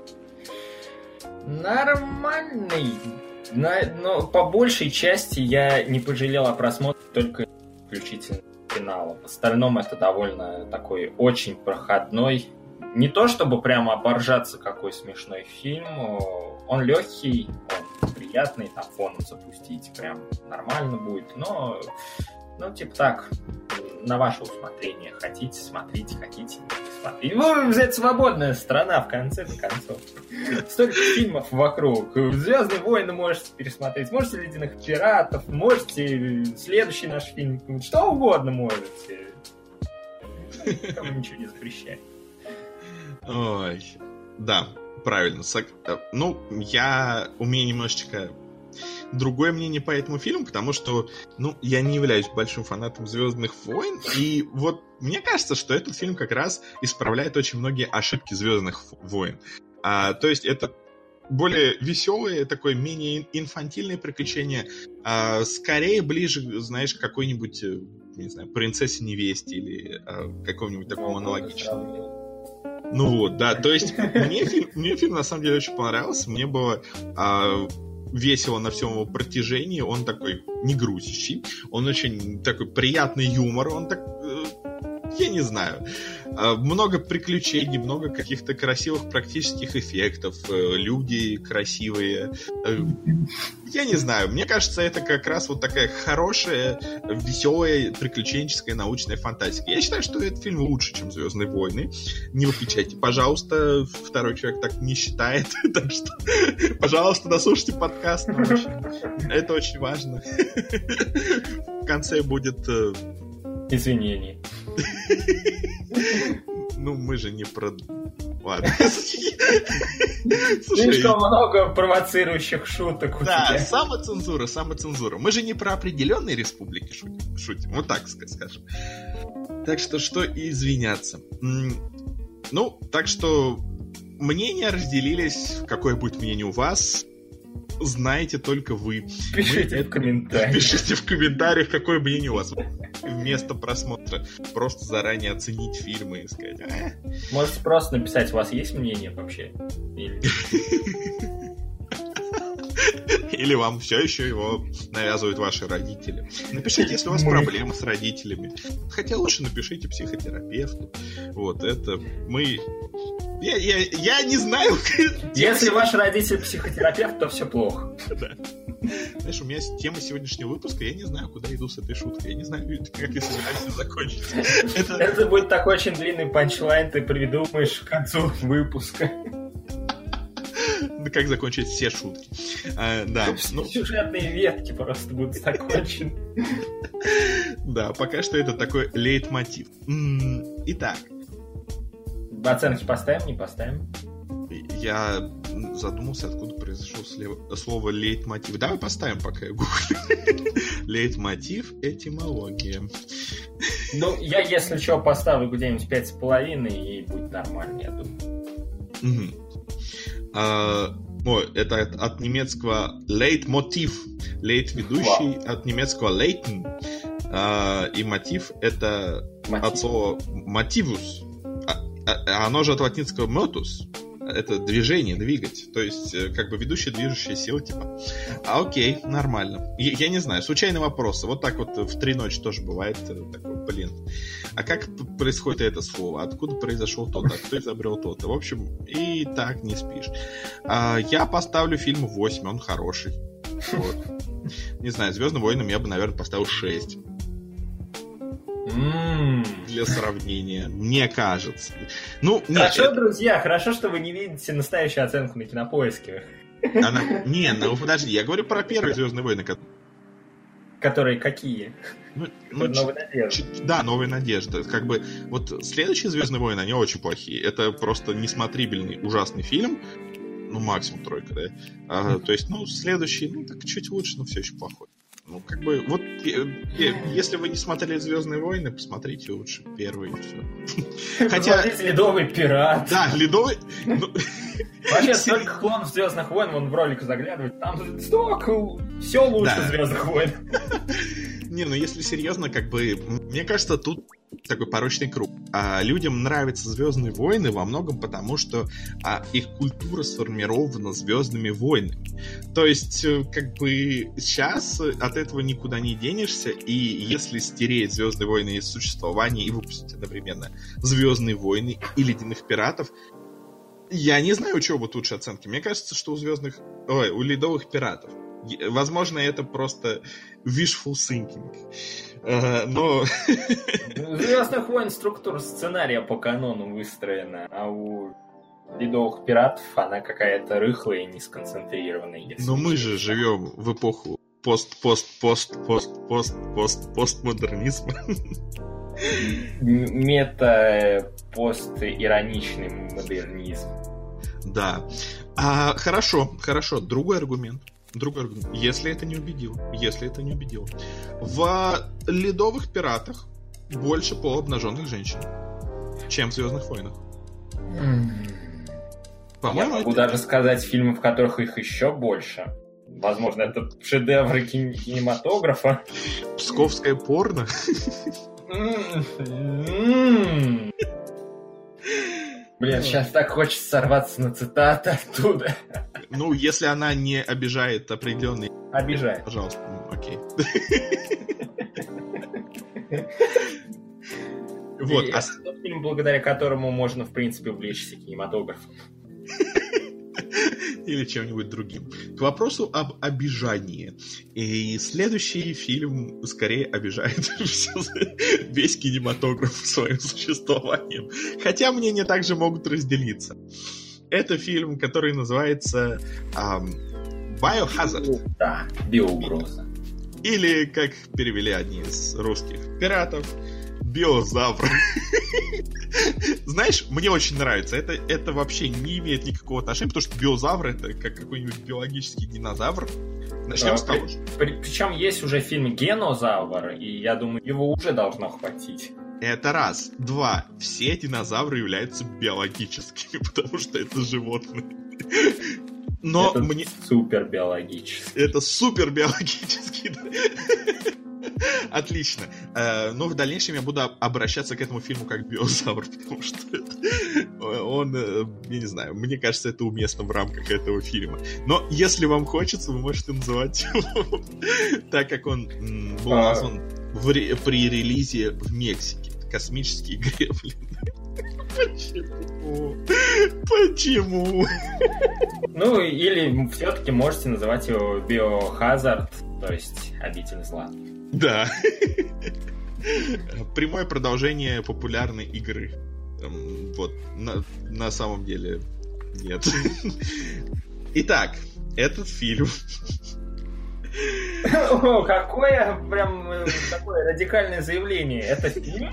Нормальный. На, но по большей части я не пожалел о просмотре только исключительно финала. В остальном это довольно такой очень проходной. Не то чтобы прямо оборжаться, какой смешной фильм. Он легкий, он приятный, там фоном запустить прям нормально будет. Но, ну, типа так, на ваше усмотрение. Хотите, смотрите, хотите, не смотрите. Ну, это свободная страна, в конце-то концов. Столько фильмов вокруг. «Звездные войны» можете пересмотреть, можете «Ледяных пиратов», можете следующий наш фильм, что угодно можете. Никому ничего не запрещает. Ой, да, правильно. Ну, я... У меня немножечко... другое мнение по этому фильму, потому что, ну, я не являюсь большим фанатом «Звездных войн», и вот мне кажется, что этот фильм как раз исправляет очень многие ошибки «Звездных войн». А, то есть это более веселое, такое менее инфантильное приключение, а, скорее ближе, знаешь, к какой-нибудь, не знаю, «Принцессе-невесте» или а, какому-нибудь такому аналогичному. Ну вот, да, то есть мне фильм, мне фильм на самом деле очень понравился, мне было... А, весело на всем его протяжении, он такой не грузящий, он очень такой приятный юмор, он так э, я не знаю. Много приключений, много каких-то красивых практических эффектов, люди красивые. Я не знаю, мне кажется, это как раз вот такая хорошая, веселая, приключенческая научная фантастика. Я считаю, что этот фильм лучше, чем «Звездные войны». Не выключайте, пожалуйста, второй человек так не считает, так что, пожалуйста, дослушайте подкаст. Это очень важно. В конце будет... Извинения. Ну, мы же не про... Ладно. Слишком много провоцирующих шуток у тебя. Да, самоцензура, самоцензура. Мы же не про определенные республики шутим, шутим. Вот так скажем. Так что, что и извиняться. Ну, так что мнения разделились. Какое будет мнение у вас? Знаете только вы. Пишите Мы... в комментариях. Пишите в комментариях, какое мнение у вас. Вместо просмотра просто заранее оценить фильмы и сказать. А? Можете просто написать, у вас есть мнение вообще? Или... Или вам все еще его навязывают ваши родители. Напишите, если у вас Мы... проблемы с родителями. Хотя лучше напишите психотерапевту. Вот это мы... Я, я, я не знаю. Если ваш родитель психотерапевт, то все плохо. Да. Знаешь, у меня тема сегодняшнего выпуска, я не знаю, куда иду с этой шуткой. Я не знаю, как я собираюсь закончить. Это... Это будет такой очень длинный панчлайн, ты придумаешь к концу выпуска. Да как закончить все шутки. А, да. Ну... Сюжетные ветки просто будут закончены. Да, пока что это такой лейтмотив. Итак. Оценки поставим, не поставим? Я задумался, откуда произошло слово лейтмотив. Давай поставим, пока я гуглю. Лейтмотив, этимология. Ну, я, если что, поставлю где-нибудь пять с половиной, и будет нормально, я думаю. Угу. А, о, это от, от немецкого лейтмотив. Лейт ведущий, wow. От немецкого лейтен. А, и мотив это мотив. От слова мотивус. А, оно же от латинского motus. Это движение, двигать. То есть, как бы ведущая движущая сила, типа. А окей, нормально. Я, я не знаю, случайные вопросы. Вот так вот в три ночи тоже бывает. Такой, блин. А как происходит это слово? Откуда произошел то-то? Кто изобрел то-то? В общем, и так не спишь. А, я поставлю фильму восемь, он хороший. Вот. Не знаю, «Звездным войнам» я бы, наверное, поставил шесть. Mm. Для сравнения, мне кажется. Ну, хорошо, нет, друзья, это... хорошо, что вы не видите настоящую оценку на Кинопоиске. Она... Не, ну подожди, я говорю про первые «Звездные войны». Которые какие? Ну, ну, «Новая надежда». Ч... Да, «Новая надежда». Как бы вот следующие «Звездные войны», они очень плохие. Это просто несмотрибельный, ужасный фильм. Ну, максимум тройка, да. А, то есть, ну, следующий, ну, так чуть лучше, но все еще плохой. Ну, как бы, вот, если вы не смотрели «Звездные войны», посмотрите лучше первый и все. Хотя... «Ледовый пират». Да, «Ледовый». Ну... Вообще, столько клонов «Звездных войн», он в ролик заглядывает, там столько, все лучше да. «Звездных войн». Не, ну если серьезно, как бы, мне кажется, тут такой порочный круг. А людям нравятся «Звездные войны» во многом потому, что а, их культура сформирована «Звездными войнами». То есть, как бы, сейчас от этого никуда не денешься, и если стереть «Звездные войны» из существования и выпустить одновременно «Звездные войны» и «Ледяных пиратов», я не знаю, у чего будут лучшие оценки. Мне кажется, что у «Звездных... Ой, у «Ледовых пиратов». Возможно, это просто wishful thinking. Uh, но... У «Звездных войн» структура сценария по канону выстроена, а у «Ледовых пиратов» она какая-то рыхлая и несконцентрированная. Но мы же живем в эпоху пост-пост-пост-пост-пост-постмодернизма. Мета-пост-ироничный модернизм. Да. А, хорошо, хорошо. Другой аргумент. Другой аргумент. Если это не убедило. Если это не убедило. В «Ледовых пиратах» больше полуобнаженных женщин, чем в «Звездных войнах». Я могу это... даже сказать фильмы, в которых их еще больше. Возможно, это шедевры кинематографа. Псковское порно. Блин, сейчас так хочется сорваться на цитату оттуда. Ну, если она не обижает определенный... Обижает. Пожалуйста, окей. Вот, И а... это тот фильм, благодаря которому можно, в принципе, увлечься кинематографом. Или чем-нибудь другим. К вопросу об обижании. И следующий фильм скорее обижает весь кинематограф своим существованием. Хотя мнения также могут разделиться. Это фильм, который называется эм, Biohazard. Да, биоугроза. Или, как перевели одни из русских пиратов, биозавр. Знаешь, мне очень нравится. Это, это вообще не имеет никакого отношения, потому что биозавр — это как какой-нибудь биологический динозавр. Начнем а, с того, что... При, причем есть уже фильм «Генозавр», и я думаю, его уже должно хватить. Это раз. Два. Все динозавры являются биологическими, потому что это животные. Но это мне... супер биологический. Это супер биологический. Отлично. Но в дальнейшем я буду обращаться к этому фильму как биозавр, потому что он, я не знаю, мне кажется, это уместно в рамках этого фильма. Но если вам хочется, вы можете называть его так, как он был назван при релизе в Мексике. Космические гремлины. Почему? Почему? Ну, или все-таки можете называть его Biohazard, то есть обитель зла. Да. Прямое продолжение популярной игры. Вот, на, на самом деле нет. Итак, этот фильм... О, какое прям такое радикальное заявление. Это фильм?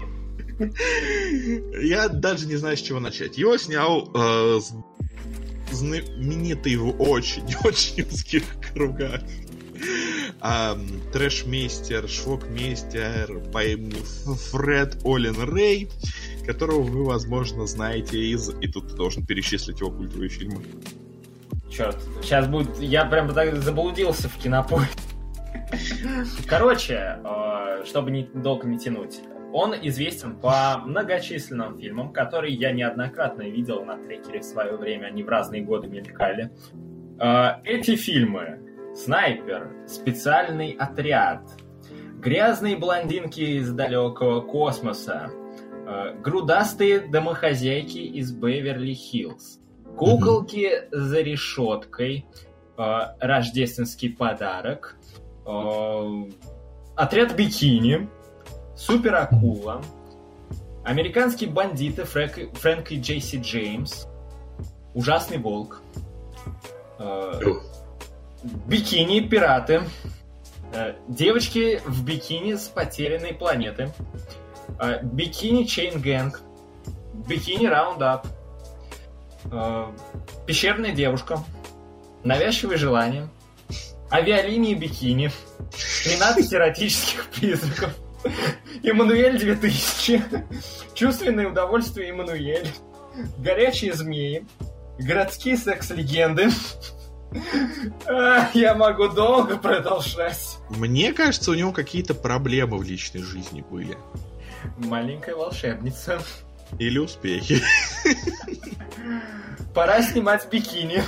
Я даже не знаю, с чего начать. Его снял э, знаменитый в очень-очень узких кругах э, трэш-мейстер, швок-мейстер по имени Фред Олин Рэй, которого вы, возможно, знаете из... И тут ты должен перечислить его культовые фильмы. Черт, сейчас будет... Я прям так заблудился в кинопоиске. Короче, э, чтобы не, долго не тянуть. Он известен по многочисленным фильмам, которые я неоднократно видел на трекере в свое время. Они в разные годы мелькали. Э, эти фильмы: «Снайпер», «Специальный отряд», «Грязные блондинки из далекого космоса», э, «Грудастые домохозяйки из Беверли-Хиллз», «Куколки за решеткой», э, «Рождественский подарок», э, «Отряд бикини», «Супер акула», «Американские бандиты», Фрэнк, Фрэнк и Джесси Джеймс, «Ужасный волк», э, «Бикини пираты», э, «Девочки в бикини с потерянной планеты», э, «Бикини Чейн Гэнг», «Бикини Раундап», э, «Пещерная девушка», «Навязчивые желания», «Авиалинии бикини», «тринадцать эротических призраков», «Эммануэль две тысячи», «Чувственное удовольствие Эммануэль», «Горячие змеи», «Городские секс-легенды». Я могу долго продолжать. Мне кажется, у него какие-то проблемы в личной жизни были. «Маленькая волшебница». Или успехи. «Пора снимать бикини».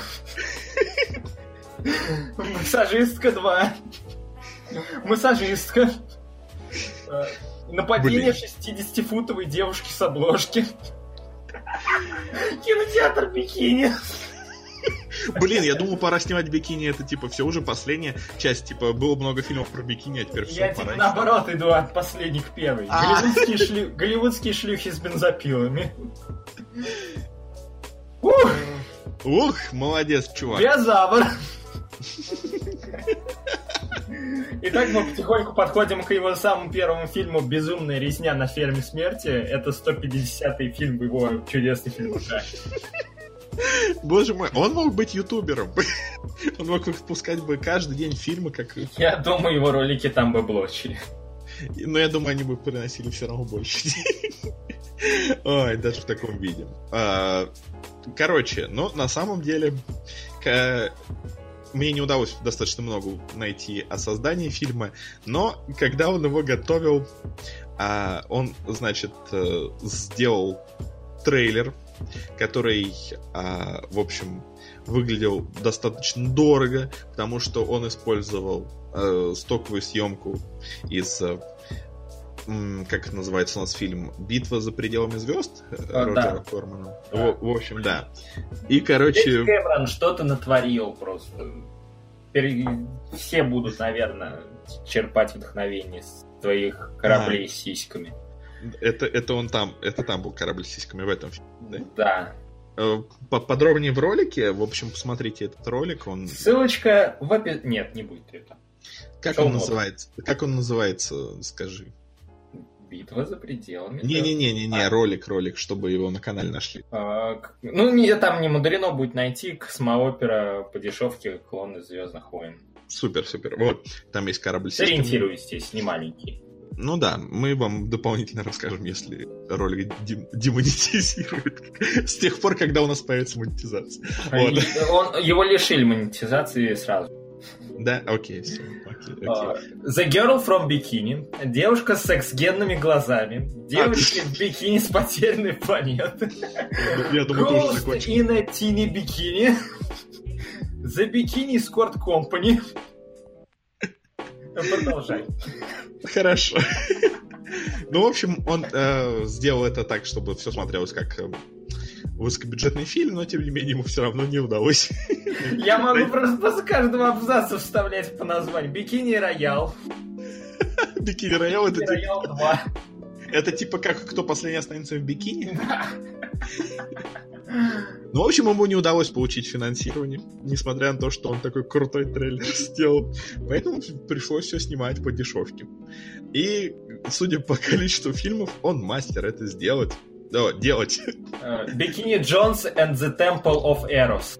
«Массажистка два». «Массажистка». «Нападение шестидесятифутовой девушки с обложки». «Кинотеатр бикини». Блин, я думал, пора снимать бикини. Это типа все уже последняя часть. Типа было много фильмов про бикини, а теперь все. Я типа наоборот иду от последних к первой. Голливудские, шлю... Голливудские шлюхи с бензопилами. Ух! Ух, молодец, чувак. Биозавр. Итак, мы потихоньку подходим к его самому первому фильму «Безумная резня на ферме смерти». Это сто пятидесятый фильм в его чудесной фильмографии. Боже мой, он мог быть ютубером. Он мог выпускать бы каждый день фильмы, как... Я думаю, его ролики там бы блочили. Но я думаю, они бы приносили все равно больше денег. Ой, даже в таком виде. Короче, ну, на самом деле... Мне не удалось достаточно много найти о создании фильма, но когда он его готовил, он, значит, сделал трейлер, который, в общем, выглядел достаточно дорого, потому что он использовал стоковую съемку из как это называется у нас фильм, «Битва за пределами звезд» а, Роджера да. Кормана. Да. В, в общем, да. И, короче... Джеймс Кэмерон что-то натворил просто. Теперь все будут, наверное, черпать вдохновение с твоих кораблей а. с сиськами. Это, это он там, это там был корабль с сиськами в этом фильме, да? Да. Подробнее в ролике, в общем, посмотрите этот ролик. Он... Ссылочка в описании. Нет, не будет это. Как Шоу он называется? Как он называется, скажи. «Битва за пределами». Не-не-не-не, а. ролик, ролик, чтобы его на канале нашли. А, ну, не, там не мудрено будет найти космоопера по дешевке «Клон из Звездных войн». Супер, супер. Вот, там есть корабль. Сориентируйтесь, не маленький. Ну да, мы вам дополнительно расскажем, если ролик дем- демонетизирует. С тех пор, когда у нас появится монетизация. Вот. Он, его лишили монетизации сразу. Да, окей, все. Окей, окей. Uh, The Girl from Bikini. Девушка с секс-генными глазами. Девочки а, в бикини с потерянной планеты. Я думаю, ты уже закончил. Ghost in a teeny bikini. The Bikini Escort Company. Продолжай. Хорошо. Ну, в общем, он э, сделал это так, чтобы все смотрелось как э, высокобюджетный фильм, но, тем не менее, ему все равно не удалось. Я могу просто после каждого абзаца вставлять по названию. Бикини Роял. Бикини Роял это типа... Роял два. Это типа как «Кто последний останется в бикини»? Ну, в общем, ему не удалось получить финансирование, несмотря на то, что он такой крутой трейлер сделал. Поэтому пришлось все снимать по дешевке. И, судя по количеству фильмов, он мастер это сделать. О, делать. Бикини Джонс and the Temple of Eros.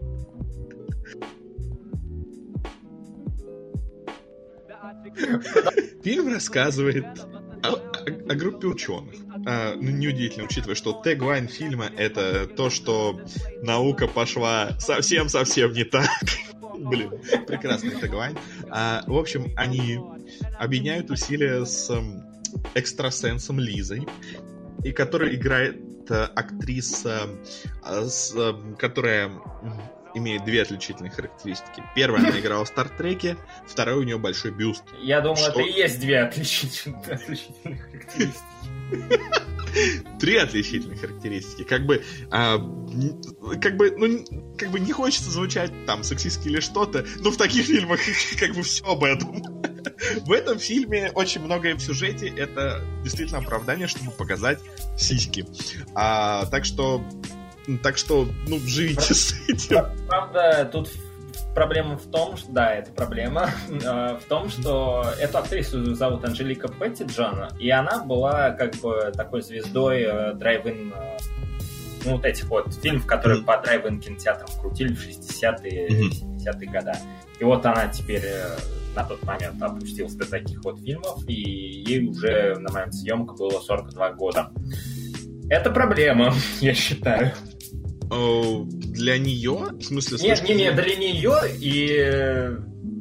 Фильм рассказывает о, о, о группе ученых. А, ну, неудивительно, учитывая, что теглайн фильма — это то, что наука пошла совсем-совсем не так. Блин, прекрасный теглайн. А, в общем, они объединяют усилия с экстрасенсом Лизой, и которая играет актриса, с, которая имеет две отличительные характеристики. Первая, она играла в Стартреке, вторая, у нее большой бюст. Я думал, что... это и есть две отличительные, отличительные характеристики. Три отличительные характеристики. Как бы, а, как бы, ну, как бы не хочется звучать там сексистски или что-то, но в таких фильмах как бы все об этом. В этом фильме очень многое в сюжете. Это действительно оправдание, чтобы показать сиськи. А, так что, так что, ну, живите с этим. Правда, тут проблема в том, что... Да, это проблема. В том, что эту актрису зовут Анжелика Петтиджон, и она была как бы такой звездой драйв-ин... Ну, вот этих вот фильмов, которые mm-hmm. по драйв-ин кинотеатрам крутили в шестидесятые, mm-hmm. семидесятые годы. И вот она теперь на тот момент опустилась до таких вот фильмов, и ей уже на момент съемки было сорок два года. Это проблема, я считаю. О, для нее? В смысле, нет, нет, нет, для нее и...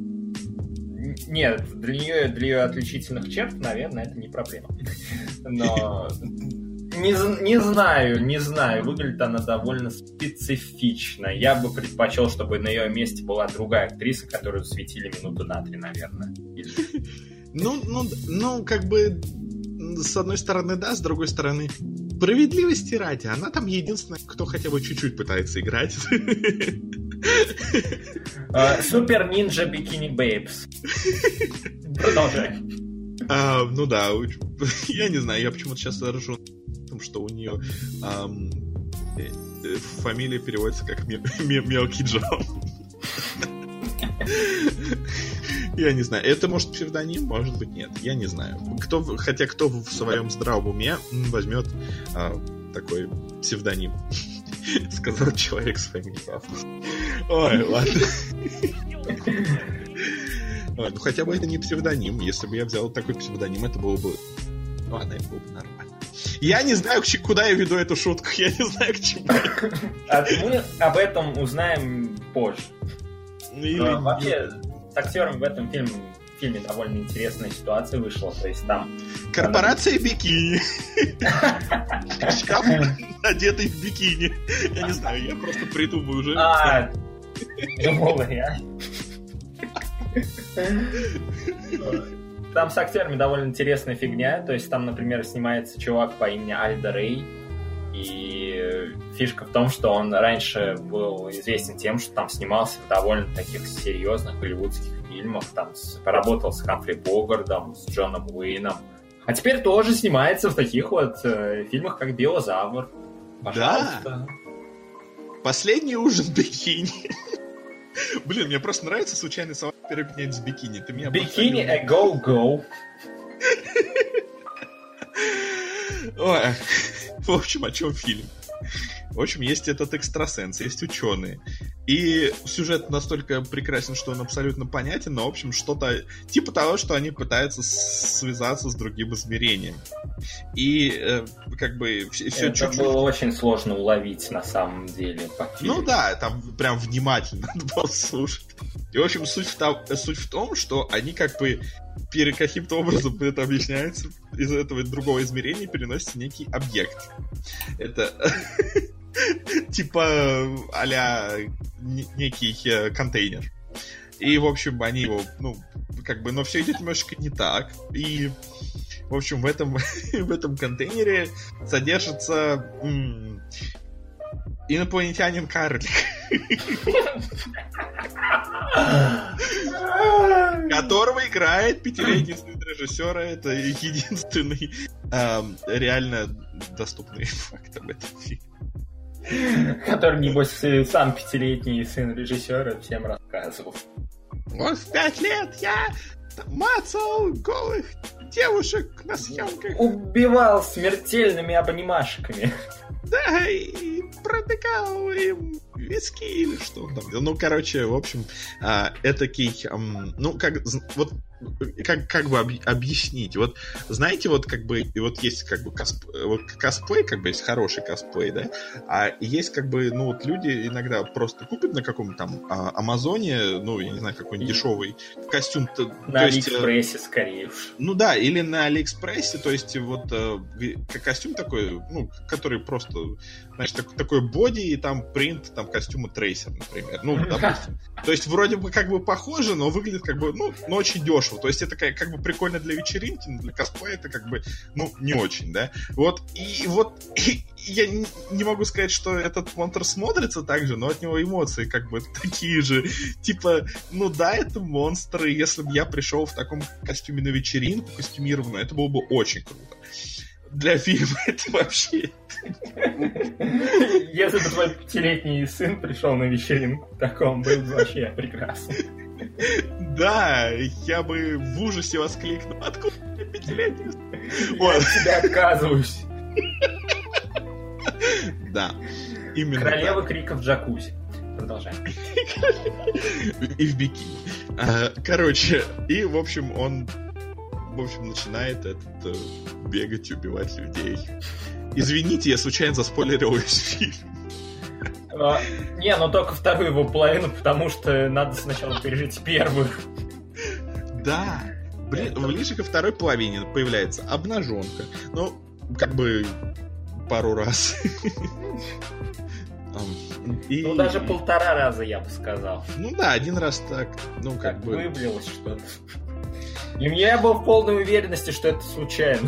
Нет, для нее, для ее отличительных черт, наверное, это не проблема. Но... Не, не знаю, не знаю. Выглядит она довольно специфично. Я бы предпочел, чтобы на ее месте была другая актриса, которую светили минуты на три, наверное. Ну, ну, ну, как бы, с одной стороны, да, с другой стороны, справедливости ради, она там единственная, кто хотя бы чуть-чуть пытается играть. Супер Нинджа Бикини Бейбс. Продолжай. А, ну да, я не знаю, я почему-то сейчас ржу, что у нее эм, фамилия переводится как Мелкий Джон. Я не знаю, это может псевдоним, может быть нет, я не знаю. Кто, хотя кто в своем здравом уме возьмет э, такой псевдоним? Сказал человек с фамилией. Ой, ладно. Ну хотя бы это не псевдоним. Если бы я взял такой псевдоним, это было бы... Ладно, это было бы нормально. Я не знаю, куда я веду эту шутку. Я не знаю, к чему. А мы об этом узнаем позже. Или... Вообще, с актером в этом фильме, в фильме довольно интересная ситуация вышла. То есть там... Корпорация бикини. Шкаф, одетый в бикини. Я не знаю, я просто придумаю уже. А, думал я. там с актерами довольно интересная фигня. То есть там, например, снимается чувак по имени Альдо Рей. И фишка в том, что он раньше был известен тем, что там снимался в довольно таких серьезных голливудских фильмах. Там поработал с Хамфри Богардом, с Джоном Уэйном. А теперь тоже снимается в таких вот э, фильмах, как «Биозавр». Пожалуйста. Да. Последний ужин в бикини. Блин, мне просто нравится случайные слова перепенять с бикини. Ты меня бикини a go go. Ой. В общем, о чем фильм? В общем, есть этот экстрасенс, есть ученые. И сюжет настолько прекрасен, что он абсолютно понятен, но, в общем, что-то типа того, что они пытаются связаться с другим измерением. И, э, как бы, все, все это чуть-чуть... было очень сложно уловить, на самом деле, по фильму. Ну да, там прям внимательно надо было слушать. И, в общем, суть в, том, суть в том, что они как бы перед каким-то образом это объясняется, из этого другого измерения переносится некий объект. Это типа а-ля некий контейнер. И, в общем, они его, ну, как бы, но все идет немножко не так. И, в общем, в этом, в этом контейнере содержится м- инопланетянин-карлик. Которого играет пятилетний сын режиссера. Это единственный эм, реально доступный факт об этом фильме. Который, небось, сам пятилетний сын режиссера всем рассказывал. Вот в пять лет я мацал голых девушек на съемках. Убивал смертельными обнимашками. Да, и протыкал им виски или что там. Ну, короче, в общем, этакий, ну, как, вот, как, как бы объяснить? Вот, знаете, вот как бы, и вот есть как бы косп, вот косплей, как бы есть хороший косплей, да, а есть как бы, ну, вот люди иногда просто купят на каком-то там Амазоне, ну, я не знаю, какой-нибудь дешевый костюм. На Алиэкспрессе, скорее уж. Ну да, или на Алиэкспрессе, то есть вот костюм такой, ну, который просто, значит, так, такой боди, и там принт, там, костюма трейсер, например. Ну, допустим. То есть, вроде бы как бы похоже, но выглядит как бы, ну, но очень дешево. То есть, это как, как бы прикольно для вечеринки, но для косплея это как бы, ну, не очень, да. Вот, и вот и, я не, не могу сказать, что этот монстр смотрится так же, но от него эмоции как бы такие же. Типа, ну да, это монстр, и если бы я пришел в таком костюме на вечеринку, костюмированную, это было бы очень круто. Для фильма это вообще... Если бы твой пятилетний сын пришел на вечеринку в таком, был бы вообще прекрасно. Да, я бы в ужасе воскликнул. Откуда ты пятилетний сын? Я от тебя отказываюсь. Да, именно Королева так. криков джакузи. Продолжаем. И в бикини. Короче, и, в общем, он... В общем, начинает этот э, бегать и убивать людей. Извините, я случайно заспойлерил весь фильм. А, не, ну только вторую его половину, потому что надо сначала пережить первую. Да. Блин, ближе ко второй половине появляется обнаженка. Ну, как бы пару раз. И... Ну, даже полтора раза, я бы сказал. Ну да, один раз так. Ну, как, как бы... выявилось что-то. И я был в полной уверенности, что это случайно.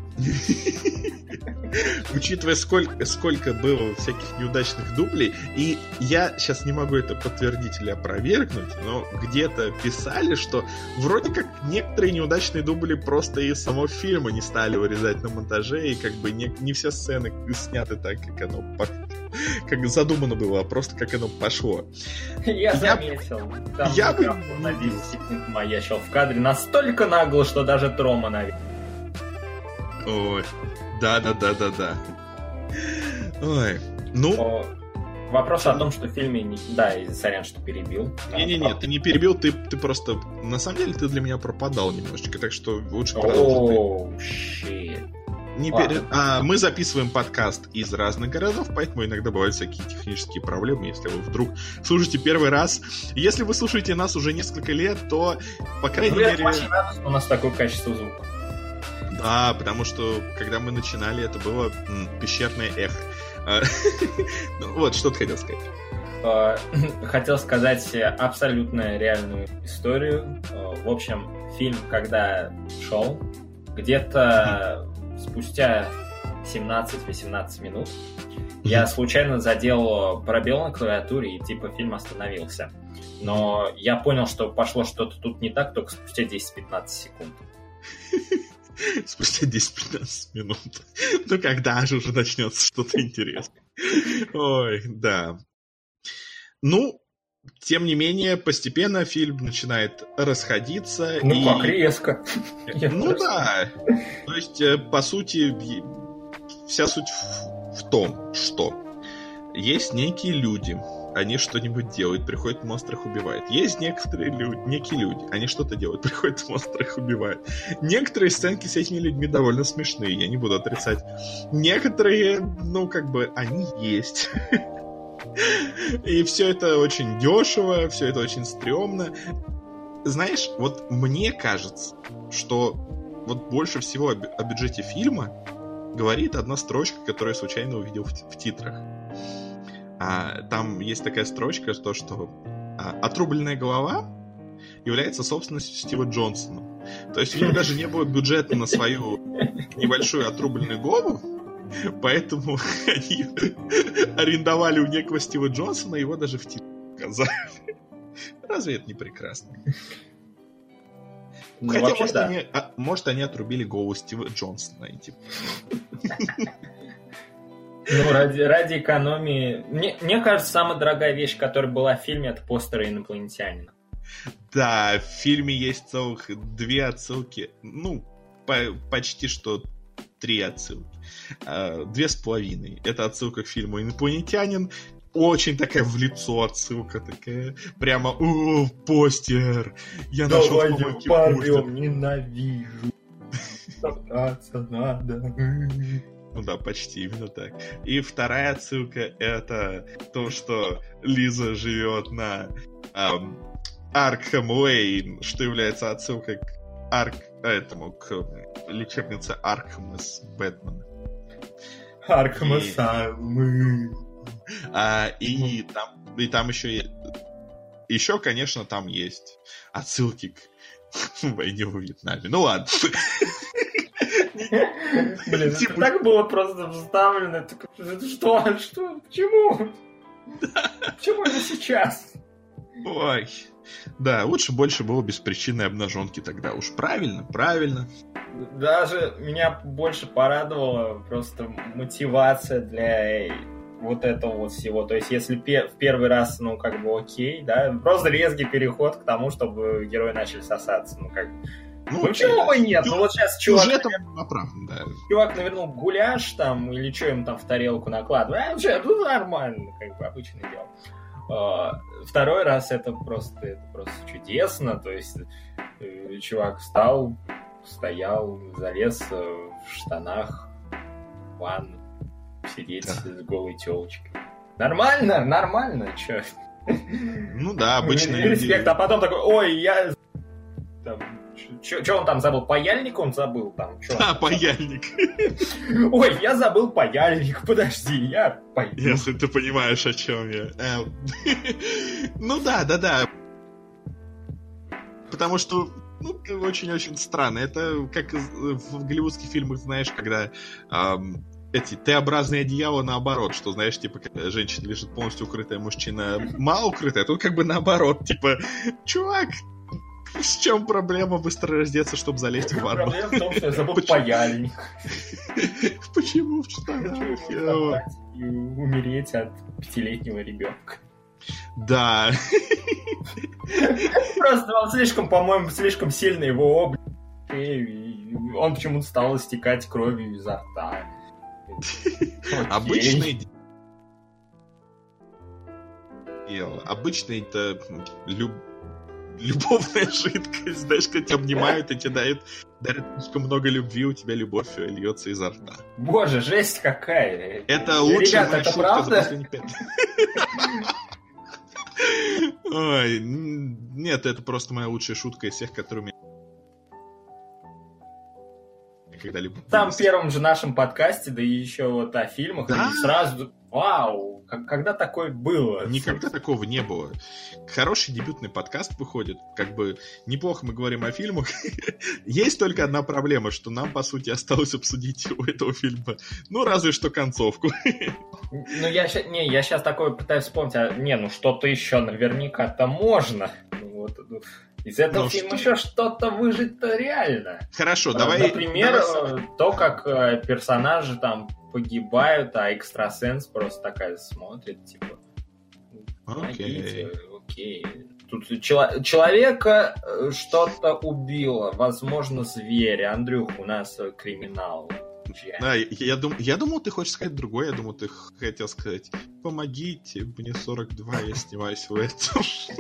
Учитывая, сколько, сколько было всяких неудачных дублей, и я сейчас не могу это подтвердить или опровергнуть, но где-то писали, что вроде как некоторые неудачные дубли просто из самого фильма не стали вырезать на монтаже, и как бы не, не все сцены сняты так, как оно как задумано было, а просто как оно пошло. Я, я заметил. Там я бы... на десять секунд маячил в кадре настолько нагло, что даже Трома наверное. Ой, да-да-да-да-да. Ой, ну... О, вопрос о том, что в фильме... Не... Да, и сорян, что перебил. Не-не-не, ты не перебил, ты, ты просто... На самом деле ты для меня пропадал немножечко, так что лучше продолжить. Оу, щит. Не пере... а, мы записываем подкаст из разных городов, поэтому иногда бывают всякие технические проблемы, если вы вдруг слушаете первый раз. Если вы слушаете нас уже несколько лет, то, по крайней ну, мере... Очень рад, что у нас такое качество звука. Да, потому что, когда мы начинали, это было м, пещерное эхо. Ну, вот, что ты хотел сказать. Хотел сказать абсолютно реальную историю. В общем, фильм, когда шел, где-то спустя семнадцать-восемнадцать минут я случайно задел пробел на клавиатуре, и типа фильм остановился. Но я понял, что пошло что-то тут не так только спустя десять-пятнадцать секунд. Спустя десять-пятнадцать минут. Ну, когда же уже начнется что-то интересное? Ой, да. Ну, тем не менее, постепенно фильм начинает расходиться. Ну, и... как резко. Ну, да. То есть, по сути, вся суть в, в том, что есть некие люди, они что-нибудь делают, приходят монстр, их убивает. Есть некоторые люди, некие люди, они что-то делают, приходят монстр, их убивает. Некоторые сценки с этими людьми довольно смешные, я не буду отрицать. Некоторые, ну, как бы, они есть. И все это очень дешево, все это очень стрёмно. Знаешь, вот мне кажется, что вот больше всего о бюджете фильма говорит одна строчка, которую я случайно увидел в, в титрах. А, там есть такая строчка, то, что а, отрубленная голова является собственностью Стива Джонсона. То есть у него даже не было бюджета на свою небольшую отрубленную голову, поэтому они арендовали у некого Стива Джонсона, его даже в титрах показали. Разве это не прекрасно? Ну, хотя, может, да. они, а, может, они отрубили голову Стива Джонсона. И, типа... Ну, ради, ради экономии... Мне, мне кажется, самая дорогая вещь, которая была в фильме, это постеры инопланетянина. Да, в фильме есть целых две отсылки. Ну, по, почти что три отсылки. А, две с половиной. Это отсылка к фильму «Инопланетянин». Очень такая в лицо отсылка, такая прямо, о, постер, я нашел в комнате постер. Ненавижу. Собраться надо. Ну да, почти именно так. И вторая отсылка — это то, что Лиза живет на эм, Аркхем Лейн, что является отсылкой к Арк... этому, к лечебнице Аркхема с Бэтмена. Аркхема Асайлум. А, и там, и там еще, еще, конечно, там есть отсылки к войне во Вьетнаме. Ну ладно. Блин, это так было просто вставлено. Что? Что? Почему? Почему это сейчас? Ой. Да, лучше больше было беспричинной обнаженки тогда. Уж правильно, правильно. Даже меня больше порадовала просто мотивация для вот этого вот всего. То есть, если пе- в первый раз, ну, как бы окей, да, просто резкий переход к тому, чтобы герои начали сосаться. Ну, как бы. Ну, ну почему бы нет? Ну, вот сейчас чувак... Оправдан, да. Чувак навернул гуляш там, или что им там в тарелку накладывают. А, вообще, ну, нормально, как бы, обычное дело. А, второй раз это просто, это просто чудесно. То есть, э, чувак встал, стоял, залез в штанах в ванну, сидеть да. с голой телочкой. Нормально, нормально, чё? Ну да, обычно люди... Респект, а потом такой, ой, я... Что он там забыл? Паяльник он забыл там? Чё да, паяльник. Ой, я забыл паяльник, подожди, я пойду. Если ты понимаешь, о чем я. Ну да, да, да. Потому что, ну, очень-очень странно. Это как в голливудских фильмах, знаешь, когда эм, эти Т-образные одеяла наоборот, что, знаешь, типа, когда женщина лежит полностью укрытая, мужчина мало укрытая, тут как бы наоборот, типа, чувак, с чем проблема быстро раздеться, чтобы залезть в ванну? Проблема в том, что я забыл паяльник. Почему в штанах? И умереть от пятилетнего ребенка. Да. Просто он слишком, по-моему, слишком сильно его облик. Он почему-то стал истекать кровью изо рта. Обычный дело. Обычный это люб... любовная жидкость, знаешь, когда тебя обнимают и тебе дают, дарят слишком много любви, у тебя любовь льется изо рта. Боже, жесть какая! Это лучшая Ребята, моя это шутка правда? за последние пять. Ой, нет, это просто моя лучшая шутка из всех, которые у меня когда-либо... Там в первом же нашем подкасте, да и еще вот о фильмах, да? и сразу, вау, Когда такое было? Никогда такого не было. Хороший дебютный подкаст выходит. Как бы неплохо мы говорим о фильмах. Есть только одна проблема, что нам, по сути, осталось обсудить у этого фильма, ну, разве что концовку. Ну, я, не, я сейчас такое пытаюсь вспомнить. А, не, ну, что-то еще наверняка-то можно. Вот, из этого ну, фильма что? еще что-то выжить-то реально. Хорошо, давай... Например, давай... то, как персонажи там погибают, а экстрасенс просто такая смотрит, типа... Окей. Окей. Тут чело- человека что-то убило, возможно, зверя. Андрюх, у нас криминал. Да, я, я, дум, я думал, ты хочешь сказать другое. Я думал, ты хотел сказать: помогите, мне сорок два, я снимаюсь в этом.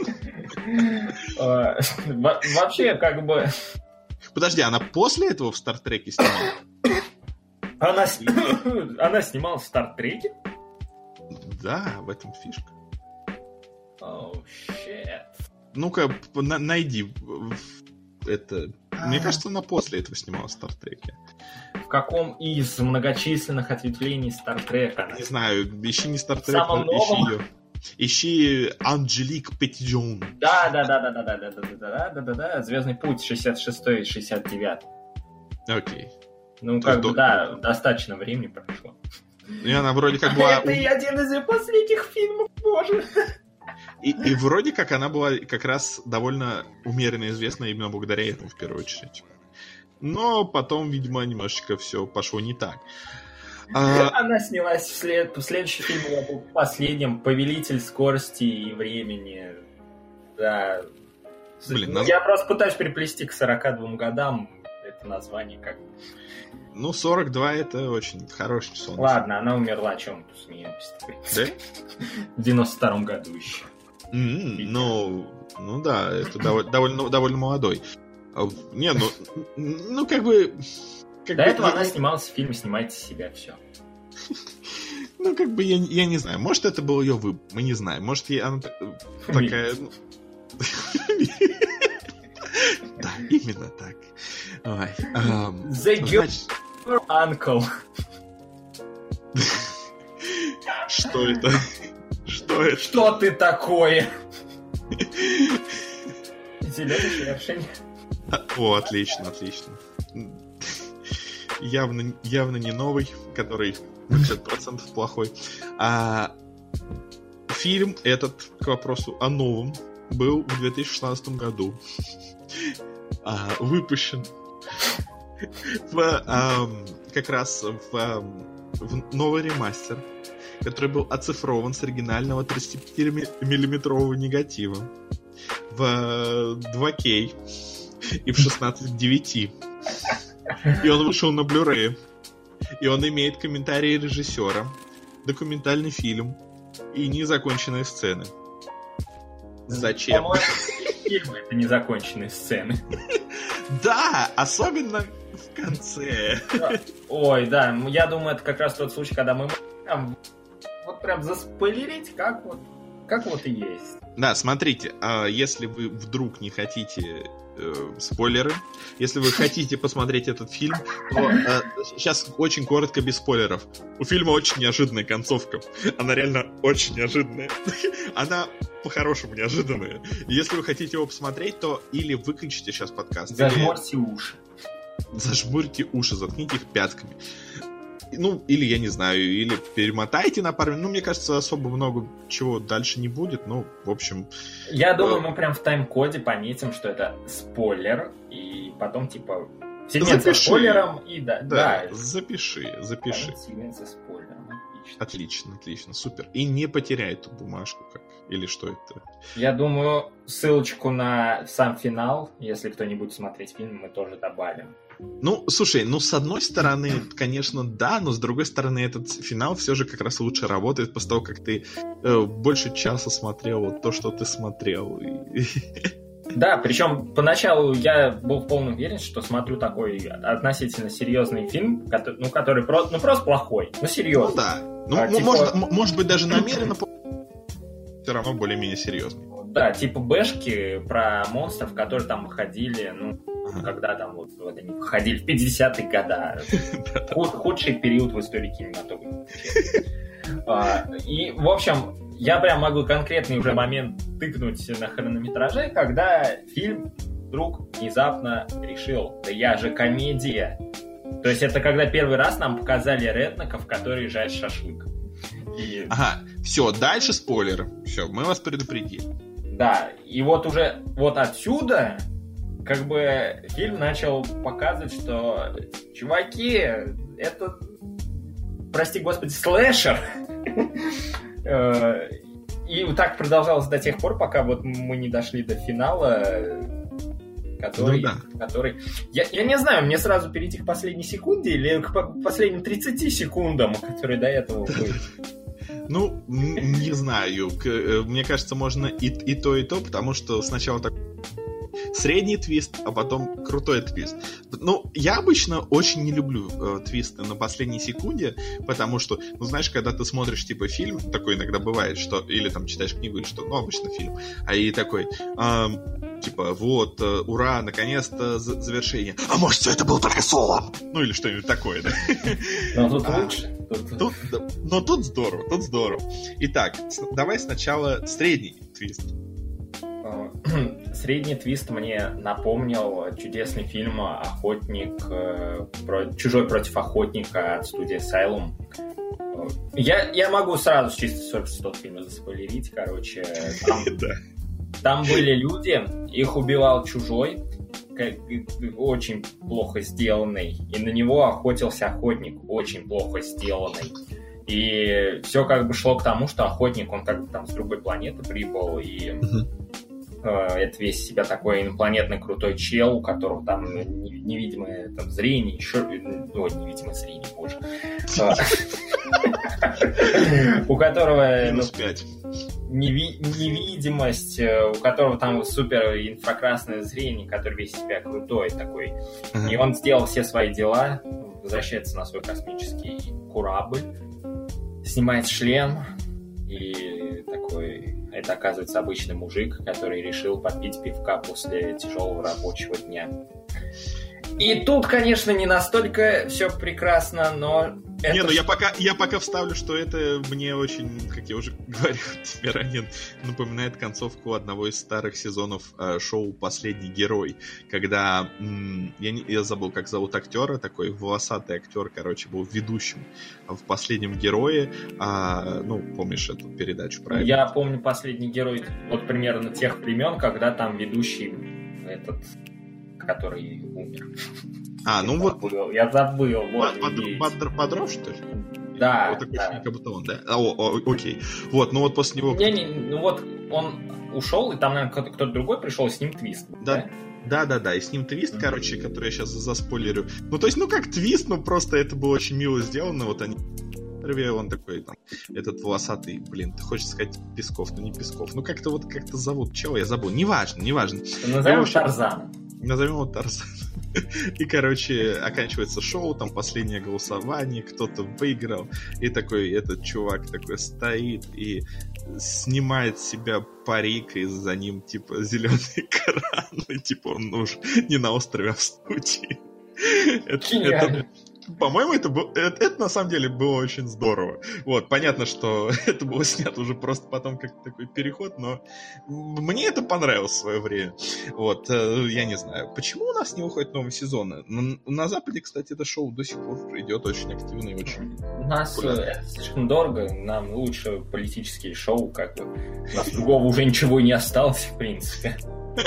Вообще, как бы... Подожди, она после этого в Стартреке снимала? Она снималась в Стартреке? Да, в этом фишка. Оу, щет. Ну-ка, найди это... Мне кажется, она после этого снималась в Стартреке. В каком из многочисленных ответвлений Стартрека? Не знаю, ищи не Стартрек, ищи ее. Ищи Анджелик Петтиджон. Да, да, да, да, да, да, да, да, да, да, да, да, Звездный путь шестьдесят шестой и шестьдесят девятый. Окей. Ну, как бы, да, достаточно времени прошло. И она вроде как была... Это и один из последних фильмов, боже. И, и вроде как она была как раз довольно умеренно известна именно благодаря этому, в первую очередь. Но потом, видимо, немножечко все пошло не так. А... Она снялась в, след... в следующем фильме, был последним, «Повелитель скорости и времени». Да. Блин, ну, наз... Я просто пытаюсь приплести к сорока двум годам это название как. Ну, сорок два это очень хороший сон. Ладно, она умерла, о чем тут смеемся? Да? В девяносто втором году еще. Mm-hmm. Ну, ну да, это довольно, довольно, довольно молодой. Не, ну, ну как бы... Как До бы, этого я... она снималась в фильме «Снимайте себя», все. Ну, как бы, я, я не знаю. Может, это был ее выбор, мы не знаем. Может, она такая... Да, именно так. The Your Uncle. Что это? Что это? Что ты такое? Зеленый шершень. О, отлично, отлично. Явно, явно не новый, который пятьдесят процентов плохой. А фильм этот, к вопросу о новом, был в две тысячи шестнадцатом году. А, выпущен в, а, как раз в, а, в новый ремастер, который был оцифрован с оригинального тридцатипятимиллиметрового негатива в два кей и в шестнадцать к девяти. И он вышел на Blu-ray. И он имеет комментарии режиссера, документальный фильм и незаконченные сцены. Зачем? По-моему, фильмы — это незаконченные сцены. Да, особенно в конце. Ой, да, я думаю, это как раз тот случай, когда мы прям, вот прям заспойлерить, как вот, как вот и есть. Да, смотрите, если вы вдруг не хотите э, спойлеры, если вы хотите посмотреть этот фильм, то э, сейчас очень коротко, без спойлеров. У фильма очень неожиданная концовка. Она реально очень неожиданная. Она по-хорошему неожиданная. Если вы хотите его посмотреть, то или выключите сейчас подкаст. Зажмурьте или... уши. Зажмурьте уши, заткните их пятками. Ну, или, я не знаю, или перемотайте на пару минут. Ну, мне кажется, особо много чего дальше не будет. Ну, в общем... Я думаю, мы прям в тайм-коде пометим, что это спойлер, и потом, типа, сегмент со спойлером, и да... Да, да запиши, запиши. Сегмент со спойлером, отлично. Отлично, отлично, супер. И не потеряй эту бумажку, как... Или что это? Я думаю, ссылочку на сам финал, если кто-нибудь смотреть фильм, мы тоже добавим. Ну, слушай, ну, с одной стороны, конечно, да, но с другой стороны, этот финал все же как раз лучше работает после того, как ты э, больше часа смотрел вот то, что ты смотрел. Да, причем поначалу я был в полной уверенности, что смотрю такой относительно серьезный фильм, который, ну, который про, ну, просто плохой, ну, серьезный. Ну, да. Ну, а, типа... может, может быть, даже намеренно все равно более-менее серьезный. Да, типа бэшки про монстров, которые там выходили, ну, ага. когда там вот, вот они выходили в пятидесятые годы. Худший период в истории кинематографа. И, в общем, я прям могу конкретный уже момент тыкнуть на хронометраже, когда фильм вдруг внезапно решил: да я же комедия. То есть это когда первый раз нам показали реднеков, которые жарят шашлык. И... Ага, все, дальше спойлеры. Все, мы вас предупредили. Да, и вот уже вот отсюда как бы фильм начал показывать, что чуваки, это, прости господи, слэшер. И так продолжалось до тех пор, пока вот мы не дошли до финала, который... Ну, да. который... Я, я не знаю, мне сразу перейти к последней секунде или к последним тридцати секундам, которые до этого были. Ну, не знаю. Мне кажется, можно и, и то, и то, потому что сначала так средний твист, а потом крутой твист. Ну, я обычно очень не люблю э, твисты на последней секунде, потому что, ну, знаешь, когда ты смотришь, типа, фильм, такое иногда бывает, что, или там читаешь книгу, или что, ну, обычно фильм, а и такой, э, типа, вот, э, ура, наконец-то з- завершение. А может, все это был только сон? Ну, или что-нибудь такое, да? Но тут лучше. Тут, но тут здорово, тут здорово. Итак, давай сначала средний твист. Средний твист мне напомнил чудесный фильм «Охотник», «Чужой против охотника» от студии Asylum. Я, я могу сразу чисто с тот фильм заспойлерить, короче. Там, там были люди, их убивал чужой, очень плохо сделанный, и на него охотился охотник, очень плохо сделанный. И все как бы шло к тому, что охотник, он как бы там с другой планеты прибыл, и uh-huh. э, это весь себя такой инопланетный крутой чел, у которого там невидимое там, зрение, еще... Ой, невидимое зрение, боже. У которого... минус пять. Невидимость, у которого там супер инфракрасное зрение, который весь себя крутой такой. Uh-huh. И он сделал все свои дела, возвращается на свой космический корабль, снимает шлем, и такой... Это, оказывается, обычный мужик, который решил попить пивка после тяжелого рабочего дня. И тут, конечно, не настолько все прекрасно, но... Это... Не, ну я пока, я пока вставлю, что это мне очень, как я уже говорил тебе ранее, напоминает концовку одного из старых сезонов э, шоу «Последний герой», когда, м- я, не, я забыл, как зовут актера, такой волосатый актер, короче, был ведущим в «Последнем герое», а, ну, помнишь эту передачу, правильно? Я помню «Последний герой», вот примерно тех времен, когда там ведущий этот... который умер. А, ну я вот... Забыл, я забыл. Вот, Бодр, Бодр, Бодров, что ли? Да. Вот такой да. фильм, как будто он, да? О, о, окей. Вот, ну вот после него... Не, не, ну вот он ушел, и там, наверное, кто-то, кто-то другой пришел, с ним твист. Да, да, да, да, и с ним твист, mm-hmm. короче, который я сейчас заспойлерю. Ну, то есть, ну как твист, но просто это было очень мило сделано, вот они... Он такой, там, этот волосатый, блин, ты хочешь сказать Песков, но не Песков. Ну, как-то вот как-то зовут чего, я забыл. Неважно, неважно. Назовем его Тарзан. Назовем его Тарзан. И, короче, оканчивается шоу, там последнее голосование, кто-то выиграл, и такой этот чувак такой стоит и снимает с себя парик, и за ним, типа, зеленый экран, и, типа, он уже не на острове, а в студии. Это, это, по-моему, это, был, это, это на самом деле было очень здорово. Вот, понятно, что это было снято уже просто потом как такой переход, но мне это понравилось в свое время. Вот, я не знаю, почему у нас не выходят новые сезоны. На, на Западе, кстати, это шоу до сих пор идет очень активно и очень... У нас это слишком дорого, нам лучше политические шоу, как бы. У нас другого уже ничего не осталось, в принципе.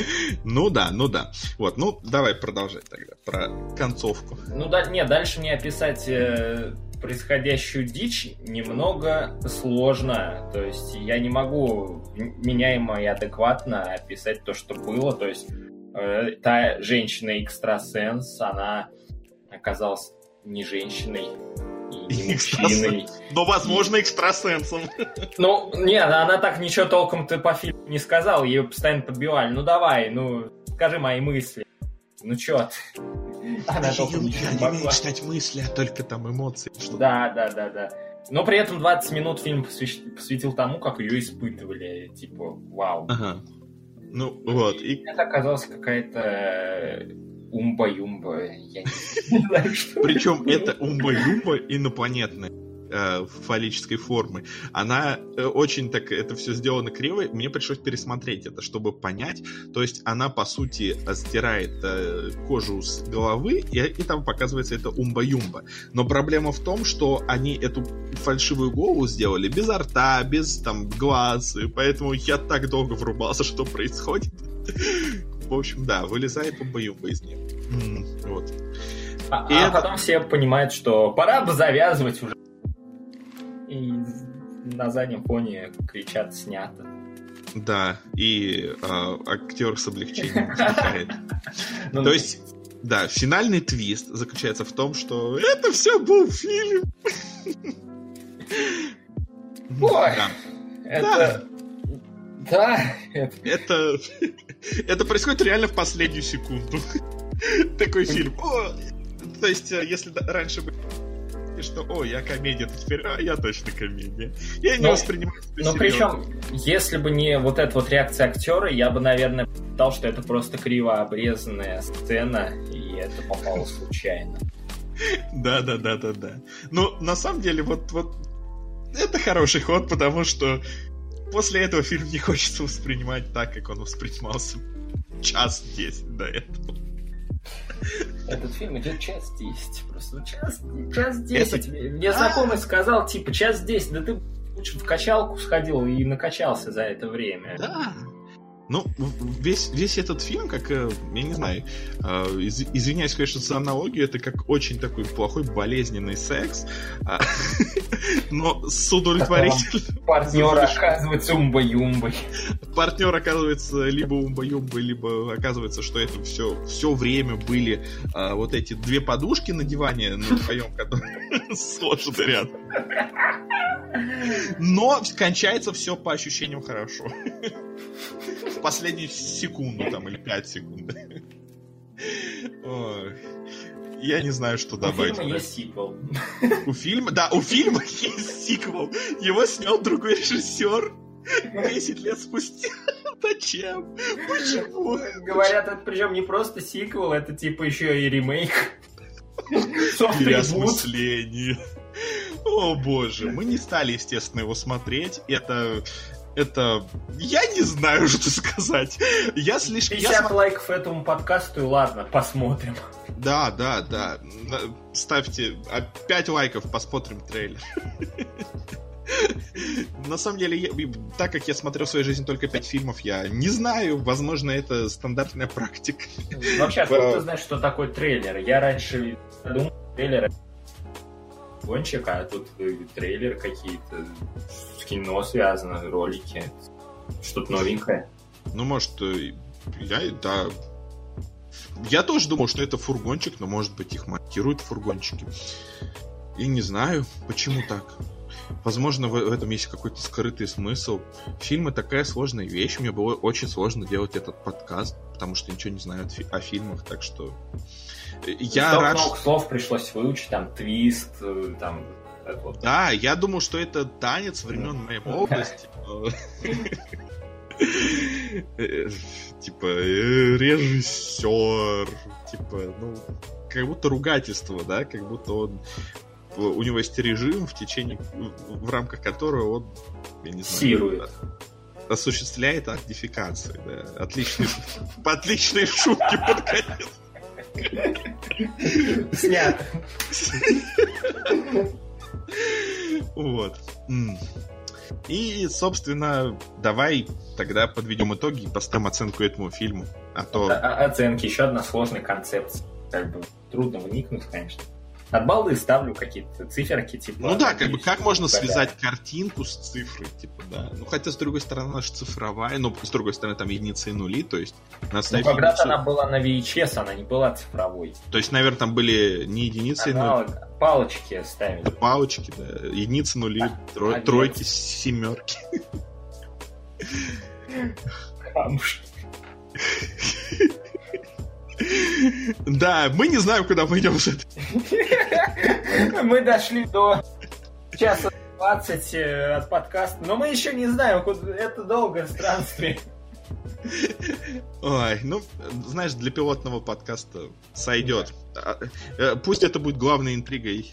Ну да, ну да. Вот, ну давай продолжать тогда про концовку. Ну да, нет, дальше мне описать э, происходящую дичь немного сложно. То есть я не могу меняемо и адекватно описать то, что было. То есть э, та женщина-экстрасенс, она оказалась не женщиной и не мужчиной. Но, возможно, экстрасенсом. Ну, нет, она так ничего толком-то по фильму не сказала, ее постоянно подбивали. Ну, давай, ну, скажи мои мысли. Ну, чё ты? Она толком ничего не могла. Я не умею читать мысли, а только там эмоции. Да, да, да, да. Но при этом двадцать минут фильм посвятил тому, как ее испытывали. Типа, вау. Ага. Ну, вот. И это оказалась какая-то... Умба-юмба, я не знаю, что. Причем это умба-юмба инопланетная. э, фаллической формы. Она э, очень так, это все сделано криво. Мне пришлось пересмотреть это, чтобы понять. То есть она, по сути, стирает э, кожу с головы, и, и там показывается это умба-юмба. Но проблема в том, что они эту фальшивую голову сделали без рта, без там глаз, и поэтому я так долго врубался, что происходит. В общем, да, вылезает умба-юмба из нее. Mm, вот. А, а это... потом все понимают, что пора бы завязывать уже. И на заднем фоне кричат «снято». Да, и э, актер с облегчением вздыхает. То есть, да, финальный твист заключается в том, что это все был фильм. Ой, это... Да. Это... Это происходит реально в последнюю секунду. Такой фильм. О, то есть, если раньше бы что, о, я комедия, то теперь, а, я точно комедия. Я не воспринимаю это серьезно. Но причем, если бы не вот эта вот реакция актера, я бы, наверное, считал, что это просто криво обрезанная сцена, и это попало случайно. Да, да, да, да, да. Ну, на самом деле, вот, вот это хороший ход, потому что после этого фильм не хочется воспринимать так, как он воспринимался час десять до этого. Этот фильм идет час десять. Просто час, час десять. Это... Мне знакомый сказал, типа, час десять, да ты лучше в качалку сходил и накачался за это время. Да. Ну, весь, весь этот фильм, как, я не знаю, из, извиняюсь, конечно, за аналогию, это как очень такой плохой болезненный секс, но с удовлетворительным... Партнер оказывается умба-юмбой. Партнер оказывается либо умба-юмбой, либо оказывается, что это все, все время были а, вот эти две подушки на диване на твоем, которые сложены рядом. Но кончается все по ощущениям хорошо. В последнюю секунду там или пять секунд. Ой. Я не знаю, что добавить. У фильма есть сиквел. У фильма? Да, у фильма есть сиквел. Его снял другой режиссер десять лет спустя. Зачем? Почему? Говорят, это причем не просто сиквел, это типа еще и ремейк. Переосмысление. О боже, мы не стали, естественно, его смотреть. Это... Это... Я не знаю, что сказать. Я слишком... пятьдесят я... лайков этому подкасту, и ладно, посмотрим. Да, да, да. Ставьте пять лайков, посмотрим трейлер. На самом деле, я, так как я смотрел в своей жизни только пять фильмов, я не знаю, возможно, это стандартная практика. Вообще, откуда ты знаешь, что такое трейлер? Я раньше думал, трейлер гонщик, а тут трейлер какие-то с кино связаны, ролики, что-то новенькое. Ну, может, я, да... Я тоже думал, что это фургончик, но, может быть, их монтируют в фургончике. И не знаю, почему так. Возможно, в этом есть какой-то скрытый смысл. Фильмы такая сложная вещь. Мне было очень сложно делать этот подкаст, потому что ничего не знаю о фильмах, так что... Я Столько рад... много слов пришлось выучить, там, твист, там... Вот. Да, я думал, что это танец времен моей молодости. Типа, режиссер, типа, ну, как будто ругательство, да, как будто он... У него есть режим, в течение, в рамках которого он, я не знаю, сирует. Осуществляет артификацию, да. Отличные, отличные шутки под конец. Снято. Вот. И, собственно, давай тогда подведем итоги и поставим оценку этому фильму. А то... О- оценки, еще одна сложная концепция. Как бы трудно вникнуть, конечно. От балды ставлю какие-то циферки, типа... Ну да, как бы, как можно связать картинку с цифрой, типа, да. Ну, хотя, с другой стороны, она же цифровая, но, с другой стороны, там единицы и нули, то есть... Ну, когда-то она была на ви эйч эс, она не была цифровой. То есть, наверное, там были не единицы и нули. Палочки ставили. Да, палочки, да. Единицы, нули, а, тро... тройки, семерки. Камушки. Да, мы не знаем, куда мы идем с этим. Мы дошли до часа двадцать от подкаста, но мы еще не знаем, куда... это долгое странствие. Ой, ну, знаешь, для пилотного подкаста сойдет. Пусть это будет главной интригой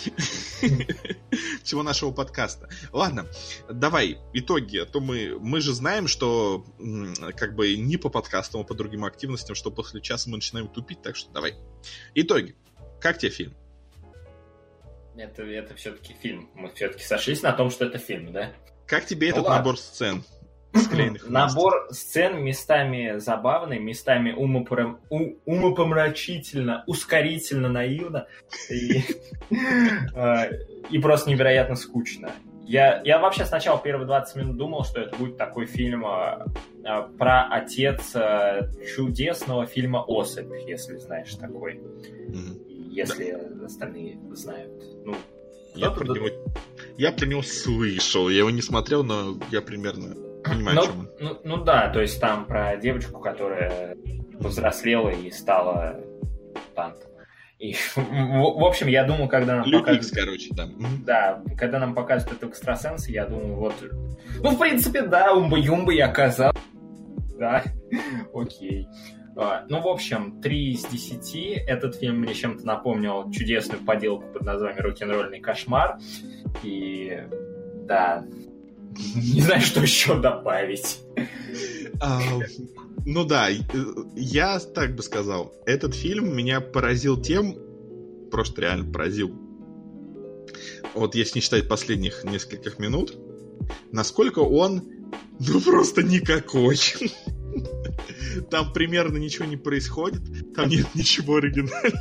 всего нашего подкаста. Ладно, давай, итоги. А то мы, мы же знаем, что как бы не по подкастам, а по другим активностям, что после часа мы начинаем тупить, так что давай. Итоги. Как тебе фильм? Это, это все-таки фильм. Мы все-таки сошлись на том, что это фильм, да? Как тебе Ну этот ладно. набор сцен? Набор сцен местами забавный, местами умопом... у- умопомрачительно, ускорительно наивно и, э, и просто невероятно скучно. Я, я вообще сначала первые двадцать минут думал, что это будет такой фильм э, э, про отец э, чудесного фильма «Особь», если знаешь такой. Мгм. Если остальные знают. Ну, Я кто-то про, да- него, я про него слышал. Я его не смотрел, но я примерно понимаю, ну, о чем он. ну, ну да, то есть там про девочку, которая повзрослела и стала мутантом. И, в, в общем, я думал, когда нам Люк Икс, покажут... короче, да. Мгм. Да, когда нам покажут этого экстрасенса, я думаю, вот... Ну, в принципе, да, умба-юмба я оказал. Да, окей. А, Ну, в общем, три из десяти. Этот фильм мне чем-то напомнил чудесную поделку под названием «Рок-н-ролльный кошмар». И да, не знаю, что еще добавить. А, ну да, э, я так бы сказал. Этот фильм меня поразил тем, просто реально поразил. Вот если не считать последних нескольких минут, насколько он, ну просто никакой. Там примерно ничего не происходит, там нет ничего оригинального.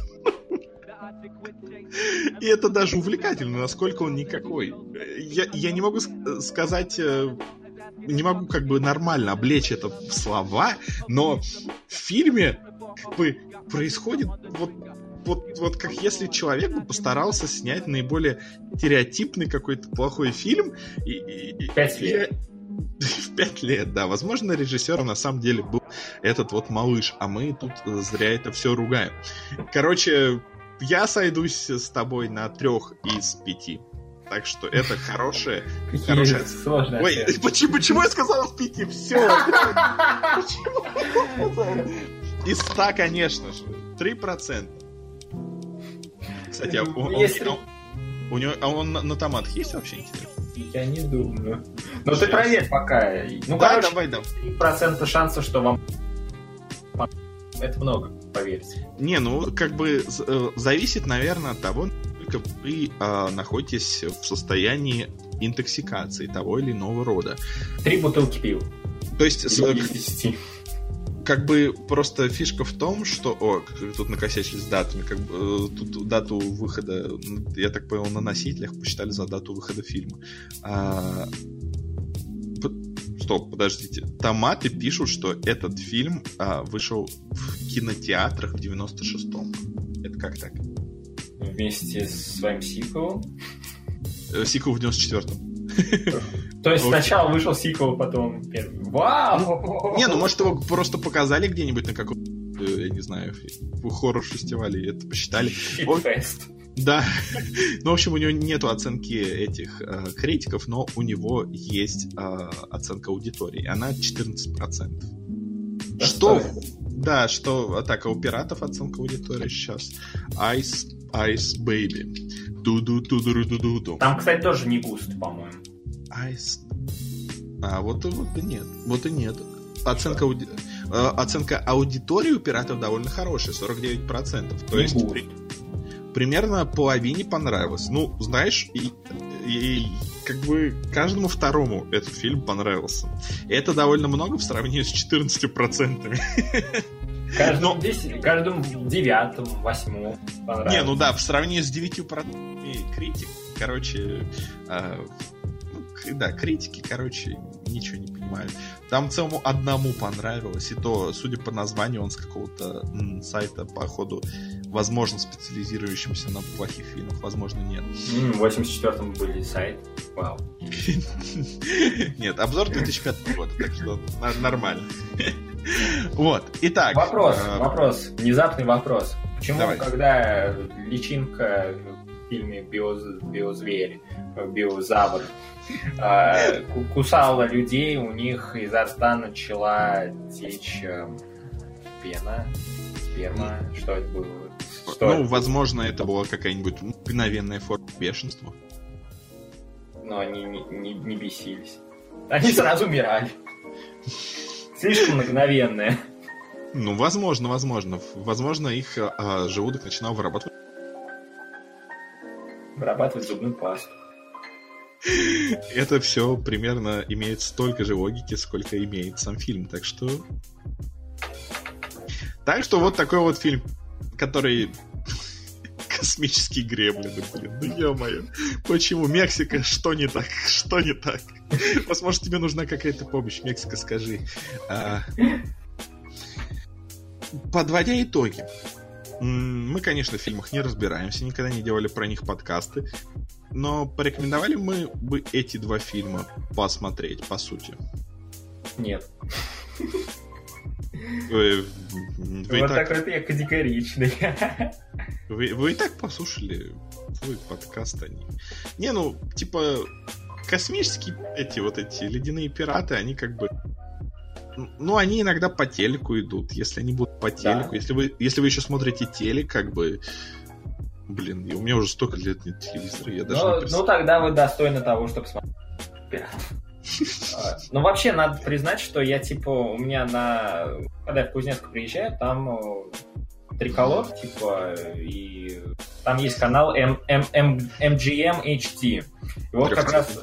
И это даже увлекательно, насколько он никакой. Я, я не могу ск- сказать, э, не могу как бы нормально облечь это в слова, но в фильме как бы происходит вот, вот, вот как если человек бы постарался снять наиболее стереотипный какой-то плохой фильм. И, и, Пять лет. я- В пять лет, да. Возможно, режиссером на самом деле был этот вот малыш, а мы тут э, зря это все ругаем. Короче, я сойдусь с тобой на трех из пяти. Так что это хорошее... хорошее... Сложно. Ой, почему, почему я сказал из пяти? Все. Из ста, конечно же. Три процента. Кстати, а он, он- Если- он- у него, а он на, на томатах есть вообще, интересно? Я не думаю. Но ты Сейчас. проверь пока. Ну, Да, короче, давай, давай. три процента шансов, что вам... Это много, поверьте. Не, ну, как бы з- э, зависит, наверное, от того, насколько вы э, находитесь в состоянии интоксикации того или иного рода. Три бутылки пива. То есть, с- Из десяти. как бы просто фишка в том, что... О, как тут накосячили с датами. Как бы, э, тут дату выхода, я так понял, на носителях посчитали за дату выхода фильма. А, п- Стоп, подождите. Томаты пишут, что этот фильм а, вышел в кинотеатрах в девяносто шестом. Это как так? Вместе с своим сиквелом. Э, Сиквел в девяносто четвёртом. То есть Окей. сначала вышел сиквел, потом первый. Вау! Не, ну может его просто показали где-нибудь на каком-то, я не знаю, в хоррор-фестивале, и это посчитали. Ой. Фест. Да. Ну, в общем, у него нету оценки этих э, критиков, но у него есть э, оценка аудитории. и Она четырнадцать процентов. Что? Да, что... Так, а у пиратов оценка аудитории сейчас. Ice, Ice Baby. Ду-ду-ду-ду-ду-ду-ду. Там, кстати, тоже не густо, по-моему. Ice... А, вот, и- вот и нет. Вот и нет. Оценка, ауди... э, оценка аудитории у пиратов довольно хорошая, сорок девять процентов. То Не есть густо. при- примерно половине понравилось. Ну, знаешь, и, и как бы каждому второму этот фильм понравился. И это довольно много в сравнении с четырнадцатью процентами. Каждому, десять, каждому девятому, восьмому понравилось. Не, ну да, в сравнении с девятью процентами критик, короче, э, ну, к- да, критики, короче, ничего не понимают. Там целому одному понравилось, и то, судя по названию, он с какого-то м, сайта, походу, возможно, специализирующимся на плохих фильмах, возможно, нет. М, В восемьдесят четвёртом были сайт. Вау. Нет, обзор две тысячи пятого года, так что на- нормально. Вот, итак. Вопрос, э, вопрос, внезапный вопрос. Почему, Давай. когда личинка в фильме «Биоз- «Биозвери», «Биозавр», э, кусала людей, у них изо рта начала течь э, пена, сперма, что это было? Что ну, это? возможно, это была какая-нибудь мгновенная форма бешенства. Но они не, не, не бесились. Они сразу умирали. Слишком мгновенные. Ну, возможно, возможно. Возможно, их а, желудок начинал вырабатывать. Вырабатывать зубную пасту. Это все примерно имеет столько же логики, сколько имеет сам фильм. Так что... Так что вот такой вот фильм, который... Космические гремлины, блин. Ну, ё-моё. Почему? Мексика, что не так? Что не так? Возможно, тебе нужна какая-то помощь. Мексика, скажи. А... Подводя итоги. Мы, конечно, в фильмах не разбираемся, никогда не делали про них подкасты. Но порекомендовали мы бы эти два фильма посмотреть, по сути? Нет. Вы, вы вот так... такой ты категоричный. Вы, вы и так послушали твой подкаст, они. Не, ну, типа, космические эти вот эти ледяные пираты, они как бы... Ну, они иногда по телеку идут. Если они будут по телеку, да. если, вы, если вы еще смотрите телек, как бы... Блин, у меня уже столько лет нет телевизора, я даже ну, не представляю. Ну, тогда вы достойны того, чтобы смотреть пиратов. Ну, вообще, надо признать, что я, типа, у меня на... Когда я в Кузнецк приезжаю, там триколор, типа, и там есть канал эм джи эм эйч ди. И вот как раз...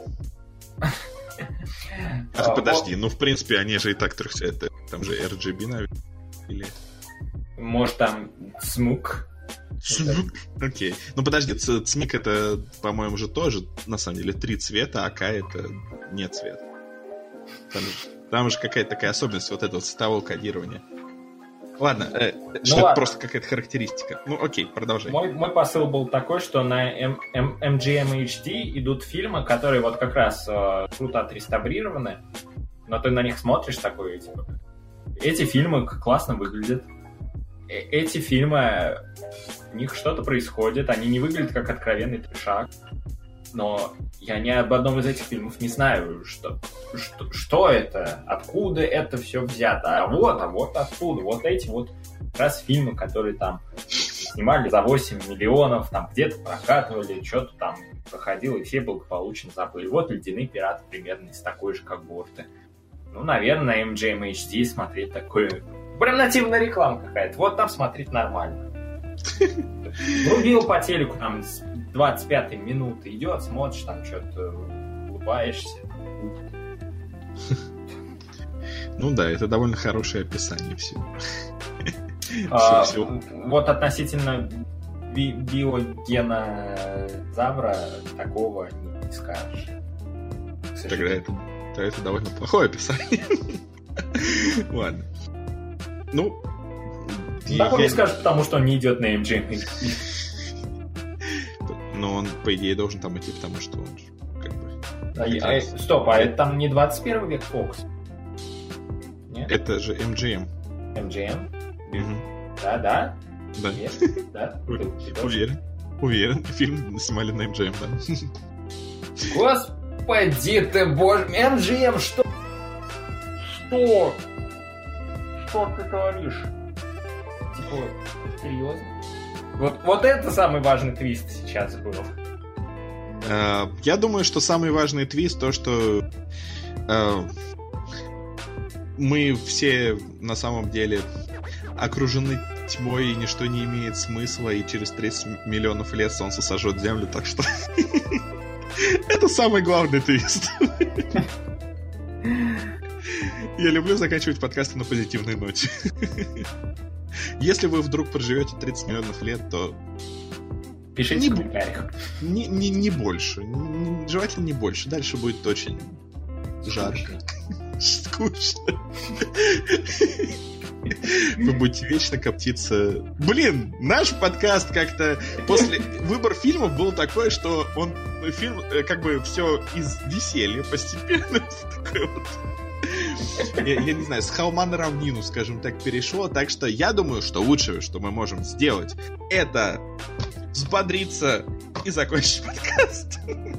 А, подожди, ну, в принципе, они же и так трехцветные. Там же эр джи би, наверное, или... Может, там цмук. Цмук? Окей. Ну, подожди, цмик это, по-моему, же тоже, на самом деле, три цвета, а К это не цвет. Там же, там же какая-то такая особенность вот этого цветового кодирования. Ладно, э, ну что ладно. Это просто какая-то характеристика. Ну, окей, продолжай. Мой, мой посыл был такой, что на эм джи эм эйч ди идут фильмы, которые вот как раз э, круто отреставрированы, но ты на них смотришь такой, типа... Эти фильмы классно выглядят. Э- эти фильмы... У них что-то происходит, они не выглядят как откровенный трешак. Но я ни об одном из этих фильмов не знаю, что, что, что это, откуда это все взято. А вот, а вот откуда. Вот эти вот как раз фильмы, которые там снимали за восемь миллионов, там где-то прокатывали, что-то там проходило, и все благополучно забыли. Вот «Ледяные пираты» примерно из такой же когорты. Ну, наверное, на эм джи эм эйч ди смотреть такое... Прям нативная реклама какая-то. Вот там смотреть нормально. Врубил по телеку, там, с двадцать пятой минуты идет, смотришь, там, что-то улыбаешься. Ну да, это довольно хорошее описание всего. А, вот относительно би- биогена Завра такого не скажешь. Тогда это, тогда это довольно плохое описание. Ладно. Ну, так он не скажет, потому что он не идет на эм джи эм. Но он, по идее, должен там идти, потому что он же, как бы... А, а, стоп, а это там не двадцать первый век Fox? Нет? Это же эм джи эм. эм джи эм? Угу. Да, да? Да. Нет? Да? Уверен. Уверен. Фильм снимали на эм джи эм, да. Господи ты, боже... эм джи эм, что? Что? Что ты говоришь? Типа, серьезно? Вот, вот это самый важный твист сейчас был. Uh, я думаю, что самый важный твист то, что uh, мы все на самом деле окружены тьмой, и ничто не имеет смысла, и через тридцать миллионов лет солнце сожжет землю, так что это самый главный твист. Я люблю заканчивать подкасты на позитивной ноте. Если вы вдруг проживете тридцать миллионов лет, то... Пишите не, в комментариях. Не, не, не больше. Не, желательно не больше. Дальше будет очень жарко. Скучно. Вы будете вечно коптиться. Блин, наш подкаст как-то... После... Выбор фильмов был такой, что он... Фильм как бы все из веселья постепенно такой вот... Я, я не знаю, с холма на равнину, скажем так, перешло. Так что я думаю, что лучшее, что мы можем сделать, это взбодриться и закончить подкаст.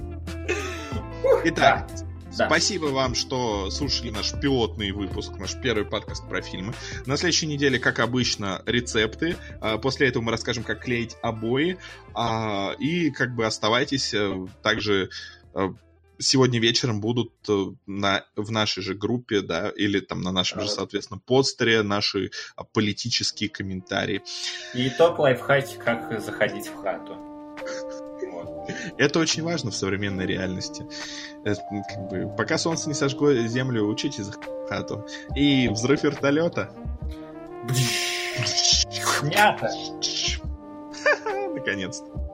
Итак, да. Спасибо вам, что слушали наш пилотный выпуск, наш первый подкаст про фильмы. На следующей неделе, как обычно, рецепты. После этого мы расскажем, как клеить обои. И как бы оставайтесь. Также сегодня вечером будут на, в нашей же группе, да, или там на нашем же, соответственно, постере наши политические комментарии. И топ-лайфхаки, как заходить в хату. Это очень важно в современной реальности. Это, как бы, пока солнце не сожгло землю, учитесь в хату. И взрыв вертолета. Снято. Наконец-то.